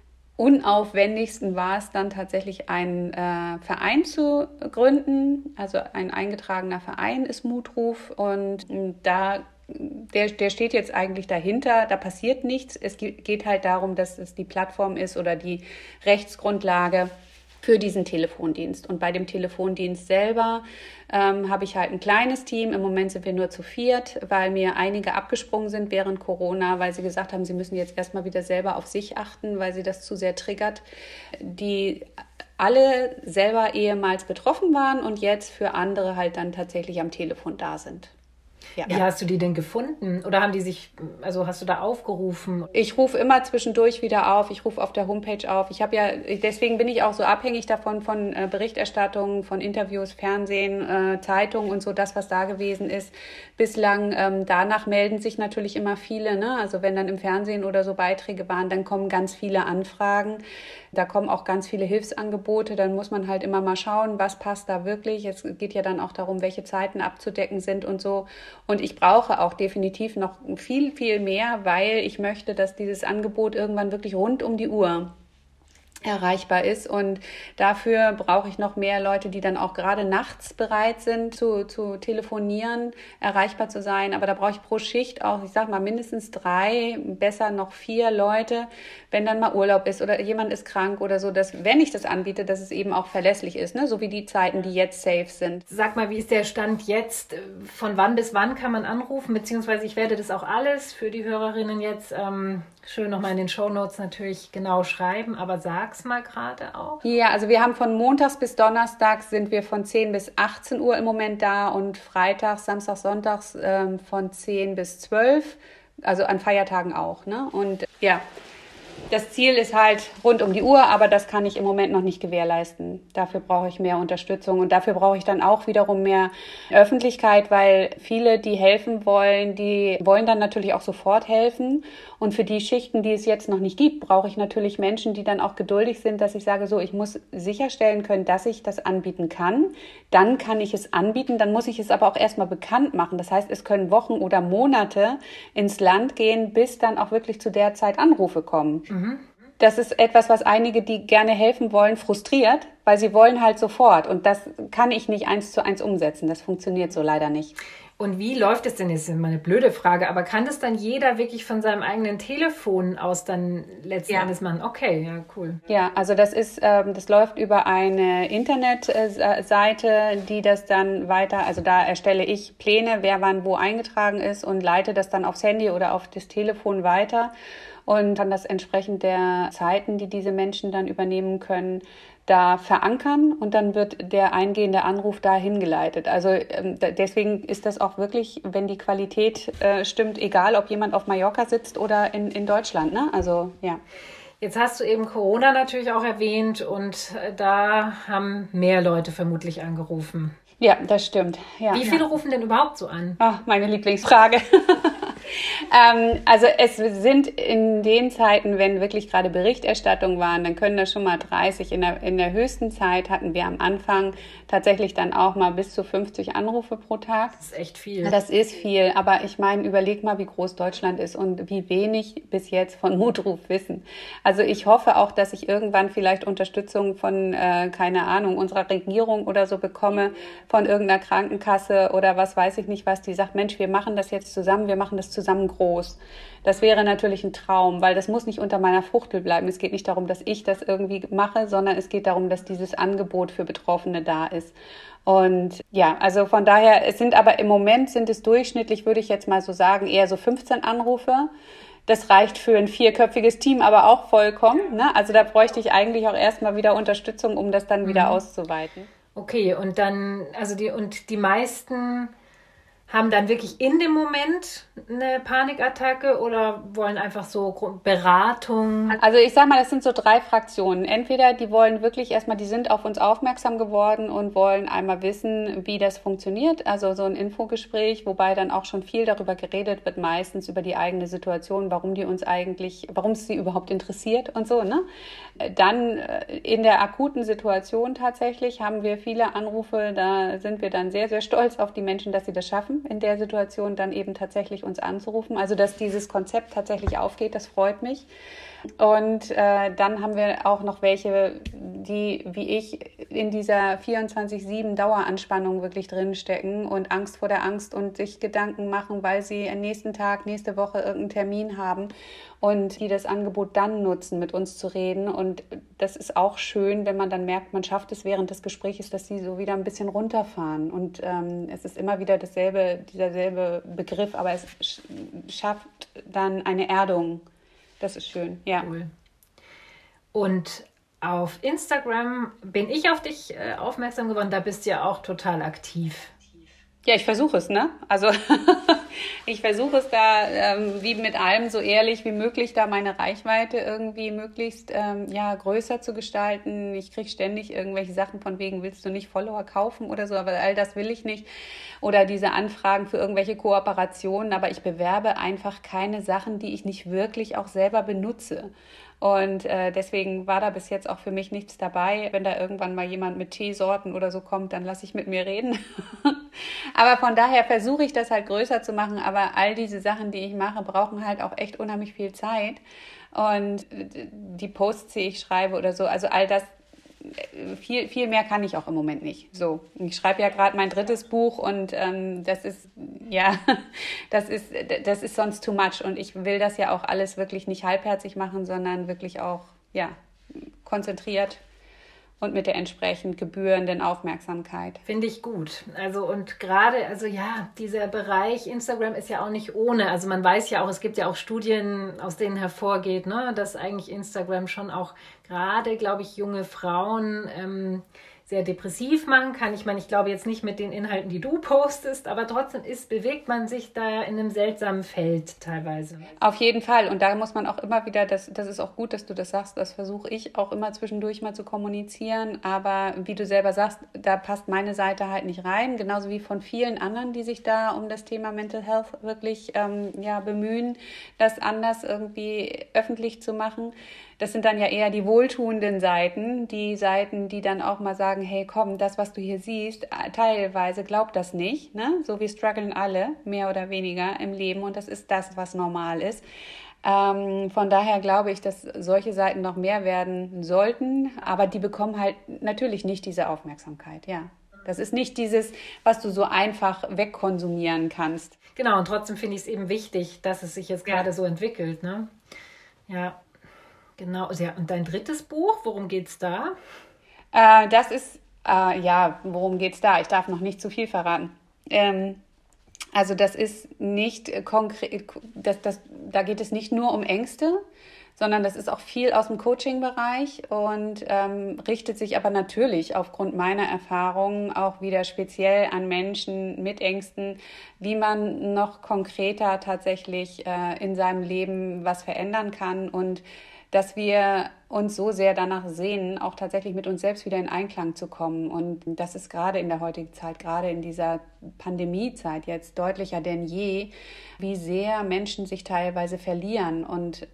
unaufwendigsten war es dann tatsächlich, einen äh, Verein zu gründen. Also ein eingetragener Verein ist Mutruf und da Der, der steht jetzt eigentlich dahinter, da passiert nichts. Es geht halt darum, dass es die Plattform ist oder die Rechtsgrundlage für diesen Telefondienst. Und bei dem Telefondienst selber ähm, habe ich halt ein kleines Team. Im Moment sind wir nur zu viert, weil mir einige abgesprungen sind während Corona, weil sie gesagt haben, sie müssen jetzt erstmal wieder selber auf sich achten, weil sie das zu sehr triggert, die alle selber ehemals betroffen waren und jetzt für andere halt dann tatsächlich am Telefon da sind. Ja. Wie hast du die denn gefunden? Oder haben die sich, also hast du da aufgerufen? Ich rufe immer zwischendurch wieder auf. Ich rufe auf der Homepage auf. Ich habe ja, deswegen bin ich auch so abhängig davon, von äh, Berichterstattungen, von Interviews, Fernsehen, äh, Zeitungen und so, das, was da gewesen ist. Bislang, ähm, danach melden sich natürlich immer viele, ne? Also wenn dann im Fernsehen oder so Beiträge waren, dann kommen ganz viele Anfragen. Da kommen auch ganz viele Hilfsangebote. Dann muss man halt immer mal schauen, was passt da wirklich. Es geht ja dann auch darum, welche Zeiten abzudecken sind und so. Und ich brauche auch definitiv noch viel, viel mehr, weil ich möchte, dass dieses Angebot irgendwann wirklich rund um die Uhr erreichbar ist. Und dafür brauche ich noch mehr Leute, die dann auch gerade nachts bereit sind, zu, zu telefonieren, erreichbar zu sein. Aber da brauche ich pro Schicht auch, ich sag mal, mindestens drei, besser noch vier Leute, wenn dann mal Urlaub ist oder jemand ist krank oder so, dass, wenn ich das anbiete, dass es eben auch verlässlich ist, ne? So wie die Zeiten, die jetzt safe sind. Sag mal, wie ist der Stand jetzt? Von wann bis wann kann man anrufen? Beziehungsweise ich werde das auch alles für die Hörerinnen jetzt ähm, schön nochmal in den Shownotes natürlich genau schreiben, aber sag's mal gerade auch. Ja, also wir haben von montags bis donnerstags sind wir von zehn bis achtzehn Uhr im Moment da und freitags, samstags, sonntags ähm, von zehn bis zwölf, also an Feiertagen auch, ne? Und ja, das Ziel ist halt rund um die Uhr, aber das kann ich im Moment noch nicht gewährleisten. Dafür brauche ich mehr Unterstützung und dafür brauche ich dann auch wiederum mehr Öffentlichkeit, weil viele, die helfen wollen, die wollen dann natürlich auch sofort helfen. Und für die Schichten, die es jetzt noch nicht gibt, brauche ich natürlich Menschen, die dann auch geduldig sind, dass ich sage, so, ich muss sicherstellen können, dass ich das anbieten kann. Dann kann ich es anbieten, dann muss ich es aber auch erstmal bekannt machen. Das heißt, es können Wochen oder Monate ins Land gehen, bis dann auch wirklich zu der Zeit Anrufe kommen. Mhm. Das ist etwas, was einige, die gerne helfen wollen, frustriert, weil sie wollen halt sofort. Und das kann ich nicht eins zu eins umsetzen. Das funktioniert so leider nicht. Und wie läuft es denn? Das ist immer eine blöde Frage, aber kann das dann jeder wirklich von seinem eigenen Telefon aus dann letzten ja. Endes machen? Okay, ja, cool. Ja, also das ist, ähm, das läuft über eine Internetseite, die das dann weiter, also da erstelle ich Pläne, wer wann wo eingetragen ist und leite das dann aufs Handy oder auf das Telefon weiter. Und dann das entsprechend der Zeiten, die diese Menschen dann übernehmen können, da verankern und dann wird der eingehende Anruf dahin geleitet. Also ähm, deswegen ist das auch wirklich, wenn die Qualität äh, stimmt, egal ob jemand auf Mallorca sitzt oder in, in Deutschland, ne? Also ja. Jetzt hast du eben Corona natürlich auch erwähnt und da haben mehr Leute vermutlich angerufen. Ja, das stimmt. Ja. Wie viele rufen denn überhaupt so an? Ach, meine Lieblingsfrage. ähm, also es sind in den Zeiten, wenn wirklich gerade Berichterstattungen waren, dann können das schon mal dreißig. In der, in der höchsten Zeit hatten wir am Anfang tatsächlich dann auch mal bis zu fünfzig Anrufe pro Tag. Das ist echt viel. Das ist viel, aber ich meine, überleg mal, wie groß Deutschland ist und wie wenig bis jetzt von Notruf wissen. Also ich hoffe auch, dass ich irgendwann vielleicht Unterstützung von, äh, keine Ahnung, unserer Regierung oder so bekomme, von irgendeiner Krankenkasse oder was weiß ich nicht was, die sagt, Mensch, wir machen das jetzt zusammen, wir machen das zusammen groß. Das wäre natürlich ein Traum, weil das muss nicht unter meiner Fuchtel bleiben. Es geht nicht darum, dass ich das irgendwie mache, sondern es geht darum, dass dieses Angebot für Betroffene da ist. Und ja, also von daher, es sind aber im Moment sind es durchschnittlich, würde ich jetzt mal so sagen, eher so fünfzehn Anrufe. Das reicht für ein vierköpfiges Team aber auch vollkommen, ne? Also da bräuchte ich eigentlich auch erstmal wieder Unterstützung, um das dann wieder mhm. auszuweiten. Okay, und dann, also die, und die meisten haben dann wirklich in dem Moment eine Panikattacke oder wollen einfach so Beratung? Also ich sag mal, das sind so drei Fraktionen. Entweder die wollen wirklich erstmal, die sind auf uns aufmerksam geworden und wollen einmal wissen, wie das funktioniert. Also so ein Infogespräch, wobei dann auch schon viel darüber geredet wird, meistens über die eigene Situation, warum die uns eigentlich, warum es sie überhaupt interessiert und so, ne? Dann in der akuten Situation tatsächlich haben wir viele Anrufe, da sind wir dann sehr, sehr stolz auf die Menschen, dass sie das schaffen, in der Situation dann eben tatsächlich uns anzurufen. Also dass dieses Konzept tatsächlich aufgeht, das freut mich. Und äh, dann haben wir auch noch welche, die wie ich in dieser vierundzwanzig sieben Daueranspannung wirklich drinstecken und Angst vor der Angst und sich Gedanken machen, weil sie am nächsten Tag, nächste Woche irgendeinen Termin haben und die das Angebot dann nutzen, mit uns zu reden. Und das ist auch schön, wenn man dann merkt, man schafft es während des Gesprächs, dass sie so wieder ein bisschen runterfahren. Und ähm, es ist immer wieder dasselbe, dieser selbe Begriff, aber es sch- schafft dann eine Erdung. Das ist schön, ja. Cool. Und auf Instagram bin ich auf dich äh, aufmerksam geworden. Da bist du ja auch total aktiv. Ja, ich versuche es, ne? Also ich versuche es da ähm, wie mit allem so ehrlich wie möglich, da meine Reichweite irgendwie möglichst ähm, ja größer zu gestalten. Ich kriege ständig irgendwelche Sachen von wegen, willst du nicht Follower kaufen oder so, aber all das will ich nicht. Oder diese Anfragen für irgendwelche Kooperationen, aber ich bewerbe einfach keine Sachen, die ich nicht wirklich auch selber benutze. Und äh, deswegen war da bis jetzt auch für mich nichts dabei. Wenn da irgendwann mal jemand mit Teesorten oder so kommt, dann lasse ich mit mir reden. Aber von daher versuche ich das halt größer zu machen. Aber all diese Sachen, die ich mache, brauchen halt auch echt unheimlich viel Zeit. Und die Posts, die ich schreibe oder so, also all das, viel, viel mehr kann ich auch im Moment nicht. So, ich schreibe ja gerade mein drittes Buch und ähm, das ist, ja, das ist, das ist sonst too much. Und ich will das ja auch alles wirklich nicht halbherzig machen, sondern wirklich auch, ja, konzentriert und mit der entsprechend gebührenden Aufmerksamkeit. Finde ich gut. Also und gerade, also ja, dieser Bereich Instagram ist ja auch nicht ohne. Also man weiß ja auch, es gibt ja auch Studien, aus denen hervorgeht, ne, dass eigentlich Instagram schon auch gerade, glaube ich, junge Frauen ähm, sehr depressiv machen kann. Ich meine, ich glaube jetzt nicht mit den Inhalten, die du postest, aber trotzdem ist, bewegt man sich da in einem seltsamen Feld teilweise. Auf jeden Fall. Und da muss man auch immer wieder, das, das ist auch gut, dass du das sagst, das versuche ich auch immer zwischendurch mal zu kommunizieren. Aber wie du selber sagst, da passt meine Seite halt nicht rein. Genauso wie von vielen anderen, die sich da um das Thema Mental Health wirklich ähm, ja, bemühen, das anders irgendwie öffentlich zu machen. Das sind dann ja eher die wohltuenden Seiten, die Seiten, die dann auch mal sagen, hey komm, das, was du hier siehst, teilweise glaubt das nicht, ne? So wir strugglen alle, mehr oder weniger im Leben und das ist das, was normal ist. Ähm, von daher glaube ich, dass solche Seiten noch mehr werden sollten, aber die bekommen halt natürlich nicht diese Aufmerksamkeit, ja. Das ist nicht dieses, was du so einfach wegkonsumieren kannst. Genau, und trotzdem finde ich es eben wichtig, dass es sich jetzt gerade ja. so entwickelt, ne? Ja. Genau, ja, und dein drittes Buch, worum geht's da? Äh, das ist, äh, ja, worum geht's da? Ich darf noch nicht zu viel verraten. Ähm, also das ist nicht konkret, das, das, da geht es nicht nur um Ängste, sondern das ist auch viel aus dem Coaching-Bereich und ähm, richtet sich aber natürlich aufgrund meiner Erfahrungen auch wieder speziell an Menschen mit Ängsten, wie man noch konkreter tatsächlich äh, in seinem Leben was verändern kann und dass wir uns so sehr danach sehnen, auch tatsächlich mit uns selbst wieder in Einklang zu kommen. Und das ist gerade in der heutigen Zeit, gerade in dieser Pandemiezeit jetzt deutlicher denn je, wie sehr Menschen sich teilweise verlieren und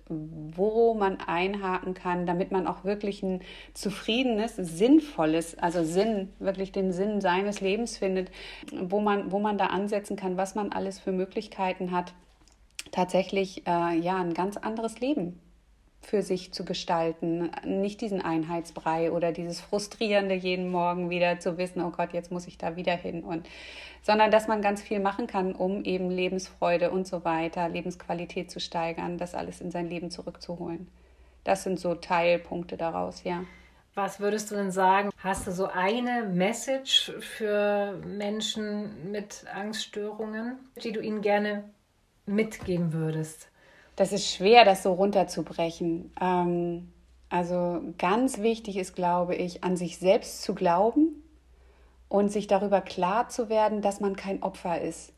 wo man einhaken kann, damit man auch wirklich ein zufriedenes, sinnvolles, also Sinn, wirklich den Sinn seines Lebens findet, wo man, wo man da ansetzen kann, was man alles für Möglichkeiten hat, tatsächlich äh, ja ein ganz anderes Leben für sich zu gestalten, nicht diesen Einheitsbrei oder dieses Frustrierende jeden Morgen wieder zu wissen, oh Gott, jetzt muss ich da wieder hin, und sondern dass man ganz viel machen kann, um eben Lebensfreude und so weiter, Lebensqualität zu steigern, das alles in sein Leben zurückzuholen. Das sind so Teilpunkte daraus, ja. Was würdest du denn sagen? Hast du so eine Message für Menschen mit Angststörungen, die du ihnen gerne mitgeben würdest? Das ist schwer, das so runterzubrechen. Ähm, also ganz wichtig ist, glaube ich, an sich selbst zu glauben und sich darüber klar zu werden, dass man kein Opfer ist.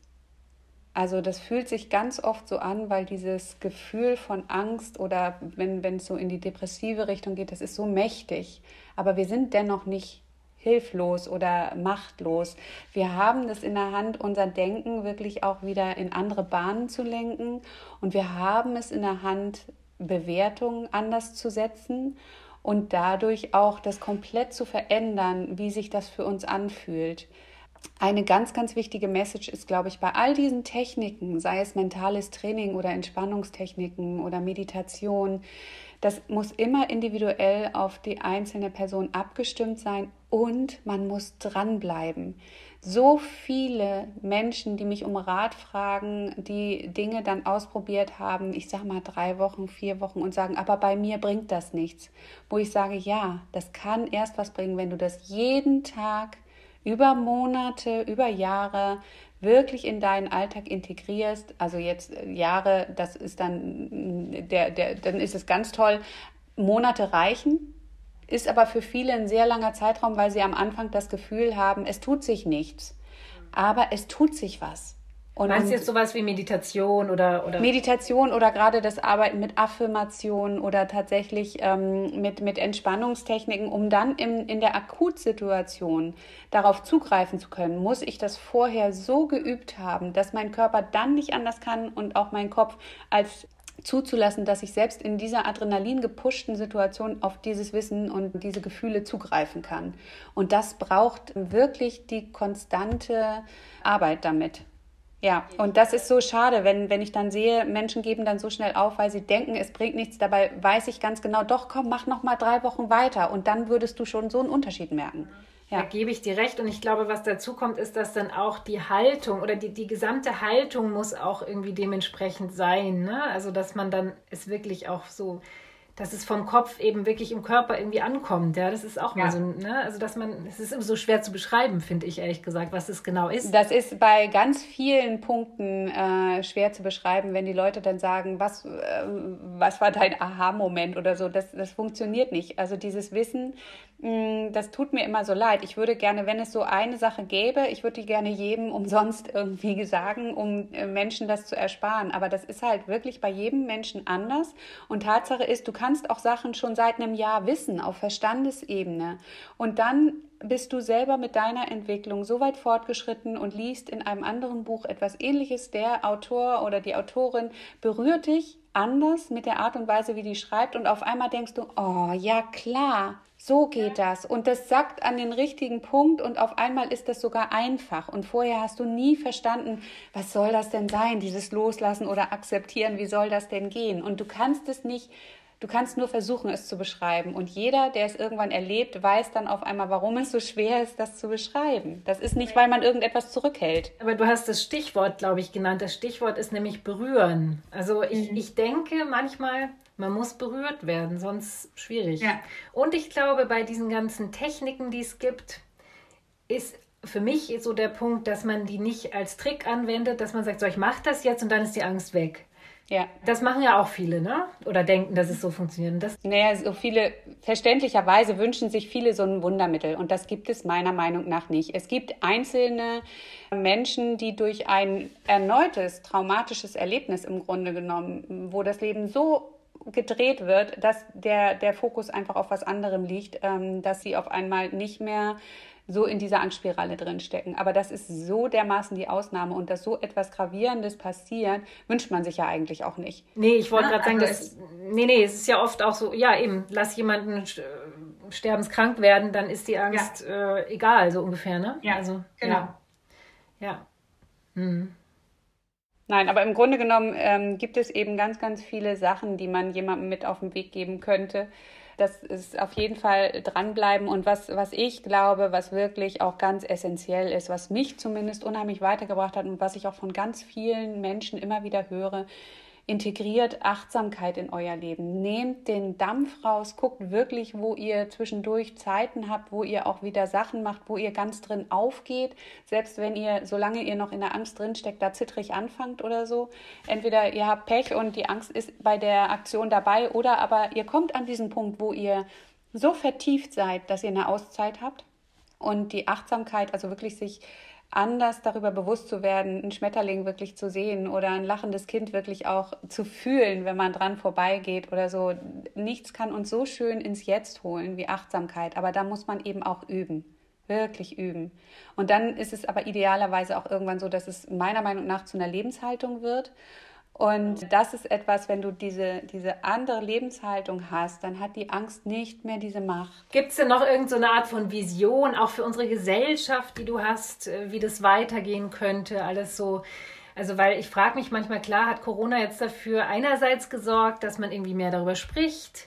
Also das fühlt sich ganz oft so an, weil dieses Gefühl von Angst oder wenn, wenn es so in die depressive Richtung geht, das ist so mächtig. Aber wir sind dennoch nicht hilflos oder machtlos. Wir haben das in der Hand, unser Denken wirklich auch wieder in andere Bahnen zu lenken. Und wir haben es in der Hand, Bewertungen anders zu setzen und dadurch auch das komplett zu verändern, wie sich das für uns anfühlt. Eine ganz, ganz wichtige Message ist, glaube ich, bei all diesen Techniken, sei es mentales Training oder Entspannungstechniken oder Meditation, das muss immer individuell auf die einzelne Person abgestimmt sein und man muss dranbleiben. So viele Menschen, die mich um Rat fragen, die Dinge dann ausprobiert haben, ich sage mal drei Wochen, vier Wochen und sagen, aber bei mir bringt das nichts. Wo ich sage, ja, das kann erst was bringen, wenn du das jeden Tag über Monate, über Jahre wirklich in deinen Alltag integrierst. Also jetzt Jahre, das ist dann, der, der, dann ist es ganz toll. Monate reichen, ist aber für viele ein sehr langer Zeitraum, weil sie am Anfang das Gefühl haben, es tut sich nichts. Aber es tut sich was. Und meinst du jetzt sowas wie Meditation oder, oder? Meditation oder gerade das Arbeiten mit Affirmationen oder tatsächlich ähm, mit, mit Entspannungstechniken, um dann in, in der Akutsituation darauf zugreifen zu können, muss ich das vorher so geübt haben, dass mein Körper dann nicht anders kann und auch mein Kopf als zuzulassen, dass ich selbst in dieser Adrenalin gepushten Situation auf dieses Wissen und diese Gefühle zugreifen kann. Und das braucht wirklich die konstante Arbeit damit. Ja, und das ist so schade, wenn, wenn ich dann sehe, Menschen geben dann so schnell auf, weil sie denken, es bringt nichts. Dabei weiß ich ganz genau, doch komm, mach noch mal drei Wochen weiter und dann würdest du schon so einen Unterschied merken. Ja. Da gebe ich dir recht, und ich glaube, was dazu kommt, ist, dass dann auch die Haltung oder die, die gesamte Haltung muss auch irgendwie dementsprechend sein, ne? Also dass man dann es wirklich auch so, dass es vom Kopf eben wirklich im Körper irgendwie ankommt. Ja, das ist auch mal ja. so, ne? Also dass man, es ist immer so schwer zu beschreiben, finde ich ehrlich gesagt, was es genau ist. Das ist bei ganz vielen Punkten äh, schwer zu beschreiben, wenn die Leute dann sagen, was, äh, was war dein Aha-Moment oder so. Das, das funktioniert nicht. Also dieses Wissen, mh, das tut mir immer so leid. Ich würde gerne, wenn es so eine Sache gäbe, ich würde die gerne jedem umsonst irgendwie sagen, um äh, Menschen das zu ersparen. Aber das ist halt wirklich bei jedem Menschen anders. Und Tatsache ist, du kannst kannst auch Sachen schon seit einem Jahr wissen, auf Verstandesebene. Und dann bist du selber mit deiner Entwicklung so weit fortgeschritten und liest in einem anderen Buch etwas Ähnliches. Der Autor oder die Autorin berührt dich anders mit der Art und Weise, wie die schreibt. Und auf einmal denkst du, oh ja klar, so geht das. Und das sagt an den richtigen Punkt und auf einmal ist das sogar einfach. Und vorher hast du nie verstanden, was soll das denn sein, dieses Loslassen oder Akzeptieren, wie soll das denn gehen? Und du kannst es nicht. Du kannst nur versuchen, es zu beschreiben. Und jeder, der es irgendwann erlebt, weiß dann auf einmal, warum es so schwer ist, das zu beschreiben. Das ist nicht, weil man irgendetwas zurückhält. Aber du hast das Stichwort, glaube ich, genannt. Das Stichwort ist nämlich berühren. Also ich, mhm. ich denke manchmal, man muss berührt werden, sonst schwierig. Ja. Und ich glaube, bei diesen ganzen Techniken, die es gibt, ist für mich so der Punkt, dass man die nicht als Trick anwendet, dass man sagt, so, ich mache das jetzt und dann ist die Angst weg. Ja. Das machen ja auch viele, ne? Oder denken, dass es so funktioniert. Und das Naja, so viele, verständlicherweise wünschen sich viele so ein Wundermittel. Und das gibt es meiner Meinung nach nicht. Es gibt einzelne Menschen, die durch ein erneutes traumatisches Erlebnis im Grunde genommen, wo das Leben so gedreht wird, dass der, der Fokus einfach auf was anderem liegt, ähm, dass sie auf einmal nicht mehr so in dieser Angstspirale drin stecken. Aber das ist so dermaßen die Ausnahme, und dass so etwas Gravierendes passiert, wünscht man sich ja eigentlich auch nicht. Nee, ich wollte Ja, gerade sagen, also das, es- nee, nee, es ist ja oft auch so, ja eben, lass jemanden äh, sterbenskrank werden, dann ist die Angst äh, egal, so ungefähr, ne? Ja, also, genau. Ja. ja. Hm. Nein, aber im Grunde genommen ähm, gibt es eben ganz, ganz viele Sachen, die man jemandem mit auf den Weg geben könnte. Das ist auf jeden Fall dranbleiben. Und was, was ich glaube, was wirklich auch ganz essentiell ist, was mich zumindest unheimlich weitergebracht hat und was ich auch von ganz vielen Menschen immer wieder höre: integriert Achtsamkeit in euer Leben. Nehmt den Dampf raus, guckt wirklich, wo ihr zwischendurch Zeiten habt, wo ihr auch wieder Sachen macht, wo ihr ganz drin aufgeht. Selbst wenn ihr, solange ihr noch in der Angst drinsteckt, da zittrig anfangt oder so. Entweder ihr habt Pech und die Angst ist bei der Aktion dabei, oder aber ihr kommt an diesen Punkt, wo ihr so vertieft seid, dass ihr eine Auszeit habt. Und die Achtsamkeit, also wirklich sich anders darüber bewusst zu werden, einen Schmetterling wirklich zu sehen oder ein lachendes Kind wirklich auch zu fühlen, wenn man dran vorbeigeht oder so. Nichts kann uns so schön ins Jetzt holen wie Achtsamkeit, aber da muss man eben auch üben, wirklich üben. Und dann ist es aber idealerweise auch irgendwann so, dass es meiner Meinung nach zu einer Lebenshaltung wird. Und das ist etwas, wenn du diese, diese andere Lebenshaltung hast, dann hat die Angst nicht mehr diese Macht. Gibt es denn noch irgendeine so eine Art von Vision, auch für unsere Gesellschaft, die du hast, äh, wie das weitergehen könnte, alles so? Also, weil ich frage mich manchmal, klar, hat Corona jetzt dafür einerseits gesorgt, dass man irgendwie mehr darüber spricht.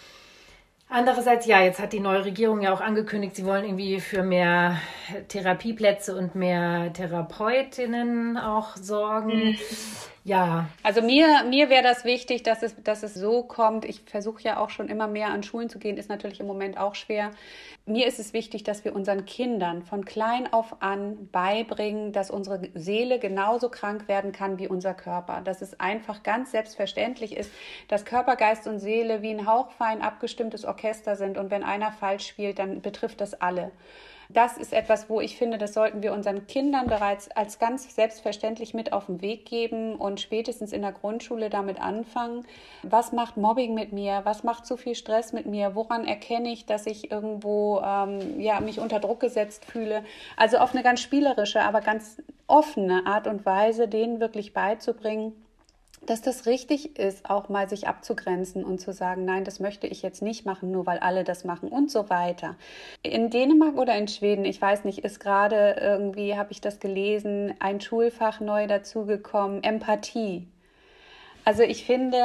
Andererseits, ja, jetzt hat die neue Regierung ja auch angekündigt, sie wollen irgendwie für mehr Therapieplätze und mehr Therapeutinnen auch sorgen. Mhm. Ja. Also mir, mir wäre das wichtig, dass es, dass es so kommt. Ich versuche ja auch schon immer mehr an Schulen zu gehen, ist natürlich im Moment auch schwer. Mir ist es wichtig, dass wir unseren Kindern von klein auf an beibringen, dass unsere Seele genauso krank werden kann wie unser Körper. Dass es einfach ganz selbstverständlich ist, dass Körper, Geist und Seele wie ein hauchfein abgestimmtes Orchester sind. Und wenn einer falsch spielt, dann betrifft das alle. Das ist etwas, wo ich finde, das sollten wir unseren Kindern bereits als ganz selbstverständlich mit auf den Weg geben und spätestens in der Grundschule damit anfangen. Was macht Mobbing mit mir? Was macht zu viel Stress mit mir? Woran erkenne ich, dass ich irgendwo ähm, ja, mich unter Druck gesetzt fühle? Also auf eine ganz spielerische, aber ganz offene Art und Weise, denen wirklich beizubringen, dass das richtig ist, auch mal sich abzugrenzen und zu sagen, nein, das möchte ich jetzt nicht machen, nur weil alle das machen und so weiter. In Dänemark oder in Schweden, ich weiß nicht, ist gerade irgendwie, habe ich das gelesen, ein Schulfach neu dazugekommen, Empathie. Also ich finde,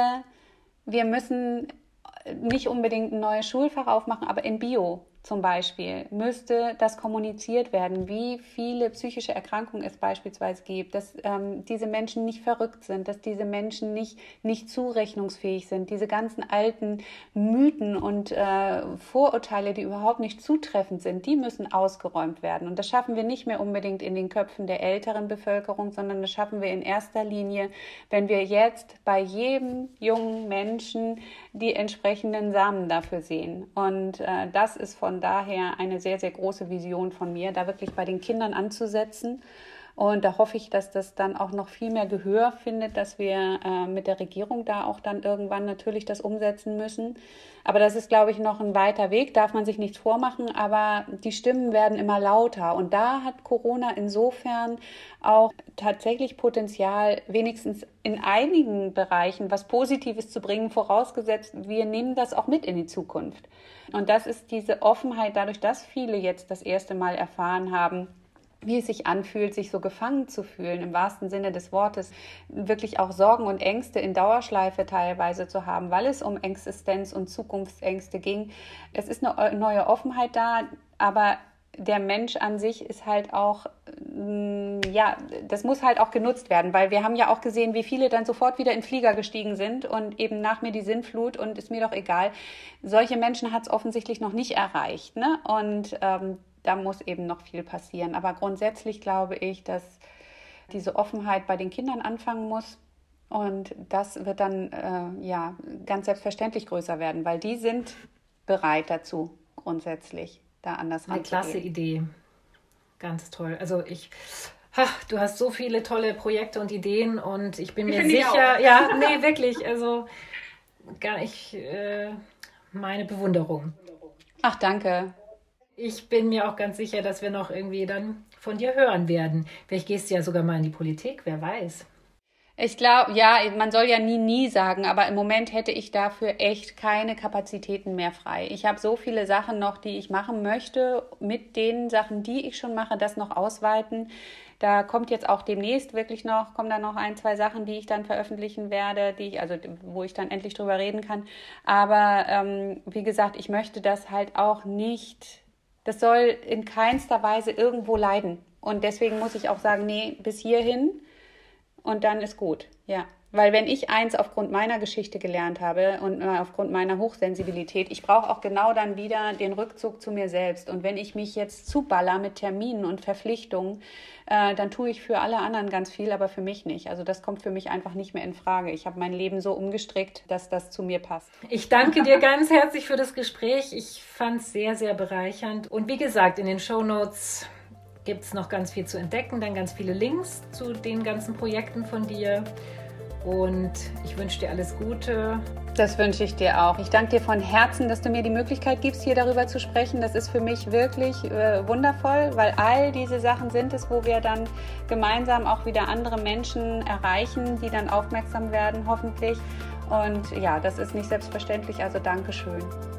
wir müssen nicht unbedingt ein neues Schulfach aufmachen, aber in Bio zum Beispiel müsste das kommuniziert werden, wie viele psychische Erkrankungen es beispielsweise gibt, dass ähm, diese Menschen nicht verrückt sind, dass diese Menschen nicht, nicht zurechnungsfähig sind, diese ganzen alten Mythen und äh, Vorurteile, die überhaupt nicht zutreffend sind, die müssen ausgeräumt werden. Und das schaffen wir nicht mehr unbedingt in den Köpfen der älteren Bevölkerung, sondern das schaffen wir in erster Linie, wenn wir jetzt bei jedem jungen Menschen die entsprechenden Samen dafür sehen. Und äh, das ist von Von daher eine sehr, sehr große Vision von mir, da wirklich bei den Kindern anzusetzen. Und da hoffe ich, dass das dann auch noch viel mehr Gehör findet, dass wir äh, mit der Regierung da auch dann irgendwann natürlich das umsetzen müssen. Aber das ist, glaube ich, noch ein weiter Weg, darf man sich nichts vormachen, aber die Stimmen werden immer lauter. Und da hat Corona insofern auch tatsächlich Potenzial, wenigstens in einigen Bereichen was Positives zu bringen, vorausgesetzt, wir nehmen das auch mit in die Zukunft. Und das ist diese Offenheit, dadurch, dass viele jetzt das erste Mal erfahren haben, wie es sich anfühlt, sich so gefangen zu fühlen, im wahrsten Sinne des Wortes, wirklich auch Sorgen und Ängste in Dauerschleife teilweise zu haben, weil es um Existenz- und Zukunftsängste ging. Es ist eine neue Offenheit da, aber der Mensch an sich ist halt auch, ja, das muss halt auch genutzt werden, weil wir haben ja auch gesehen, wie viele dann sofort wieder in Flieger gestiegen sind und eben nach mir die Sinnflut und ist mir doch egal. Solche Menschen hat es offensichtlich noch nicht erreicht, ne? Und ähm, da muss eben noch viel passieren. Aber grundsätzlich glaube ich, dass diese Offenheit bei den Kindern anfangen muss Und das wird dann äh, ja ganz selbstverständlich größer werden, weil die sind bereit dazu, grundsätzlich da anders ranzugehen. Eine klasse Idee. Ganz toll. Also ich, ach, du hast so viele tolle Projekte und Ideen und ich bin mir sicher, ja, nee, wirklich, also gar nicht äh, meine Bewunderung. Ach, danke. Ich bin mir auch ganz sicher, dass wir noch irgendwie dann von dir hören werden. Vielleicht gehst du ja sogar mal in die Politik, wer weiß. Ich glaube, ja, man soll ja nie, nie sagen, aber im Moment hätte ich dafür echt keine Kapazitäten mehr frei. Ich habe so viele Sachen noch, die ich machen möchte, mit den Sachen, die ich schon mache, das noch ausweiten. Da kommt jetzt auch demnächst wirklich noch, kommen dann noch ein, zwei Sachen, die ich dann veröffentlichen werde, die ich, also wo ich dann endlich drüber reden kann. Aber ähm, wie gesagt, ich möchte das halt auch nicht, das soll in keinster Weise irgendwo leiden. Und deswegen muss ich auch sagen, nee, bis hierhin. Und dann ist gut, ja. Weil wenn ich eins aufgrund meiner Geschichte gelernt habe und aufgrund meiner Hochsensibilität, ich brauche auch genau dann wieder den Rückzug zu mir selbst. Und wenn ich mich jetzt zuballer mit Terminen und Verpflichtungen, äh, dann tue ich für alle anderen ganz viel, aber für mich nicht. Also das kommt für mich einfach nicht mehr in Frage. Ich habe mein Leben so umgestrickt, dass das zu mir passt. Ich danke dir ganz herzlich für das Gespräch. Ich fand es sehr, sehr bereichernd. Und wie gesagt, in den Shownotes gibt es noch ganz viel zu entdecken, dann ganz viele Links zu den ganzen Projekten von dir und ich wünsche dir alles Gute. Das wünsche ich dir auch. Ich danke dir von Herzen, dass du mir die Möglichkeit gibst, hier darüber zu sprechen. Das ist für mich wirklich äh, wundervoll, weil all diese Sachen sind es, wo wir dann gemeinsam auch wieder andere Menschen erreichen, die dann aufmerksam werden, hoffentlich. Und ja, das ist nicht selbstverständlich, also Dankeschön.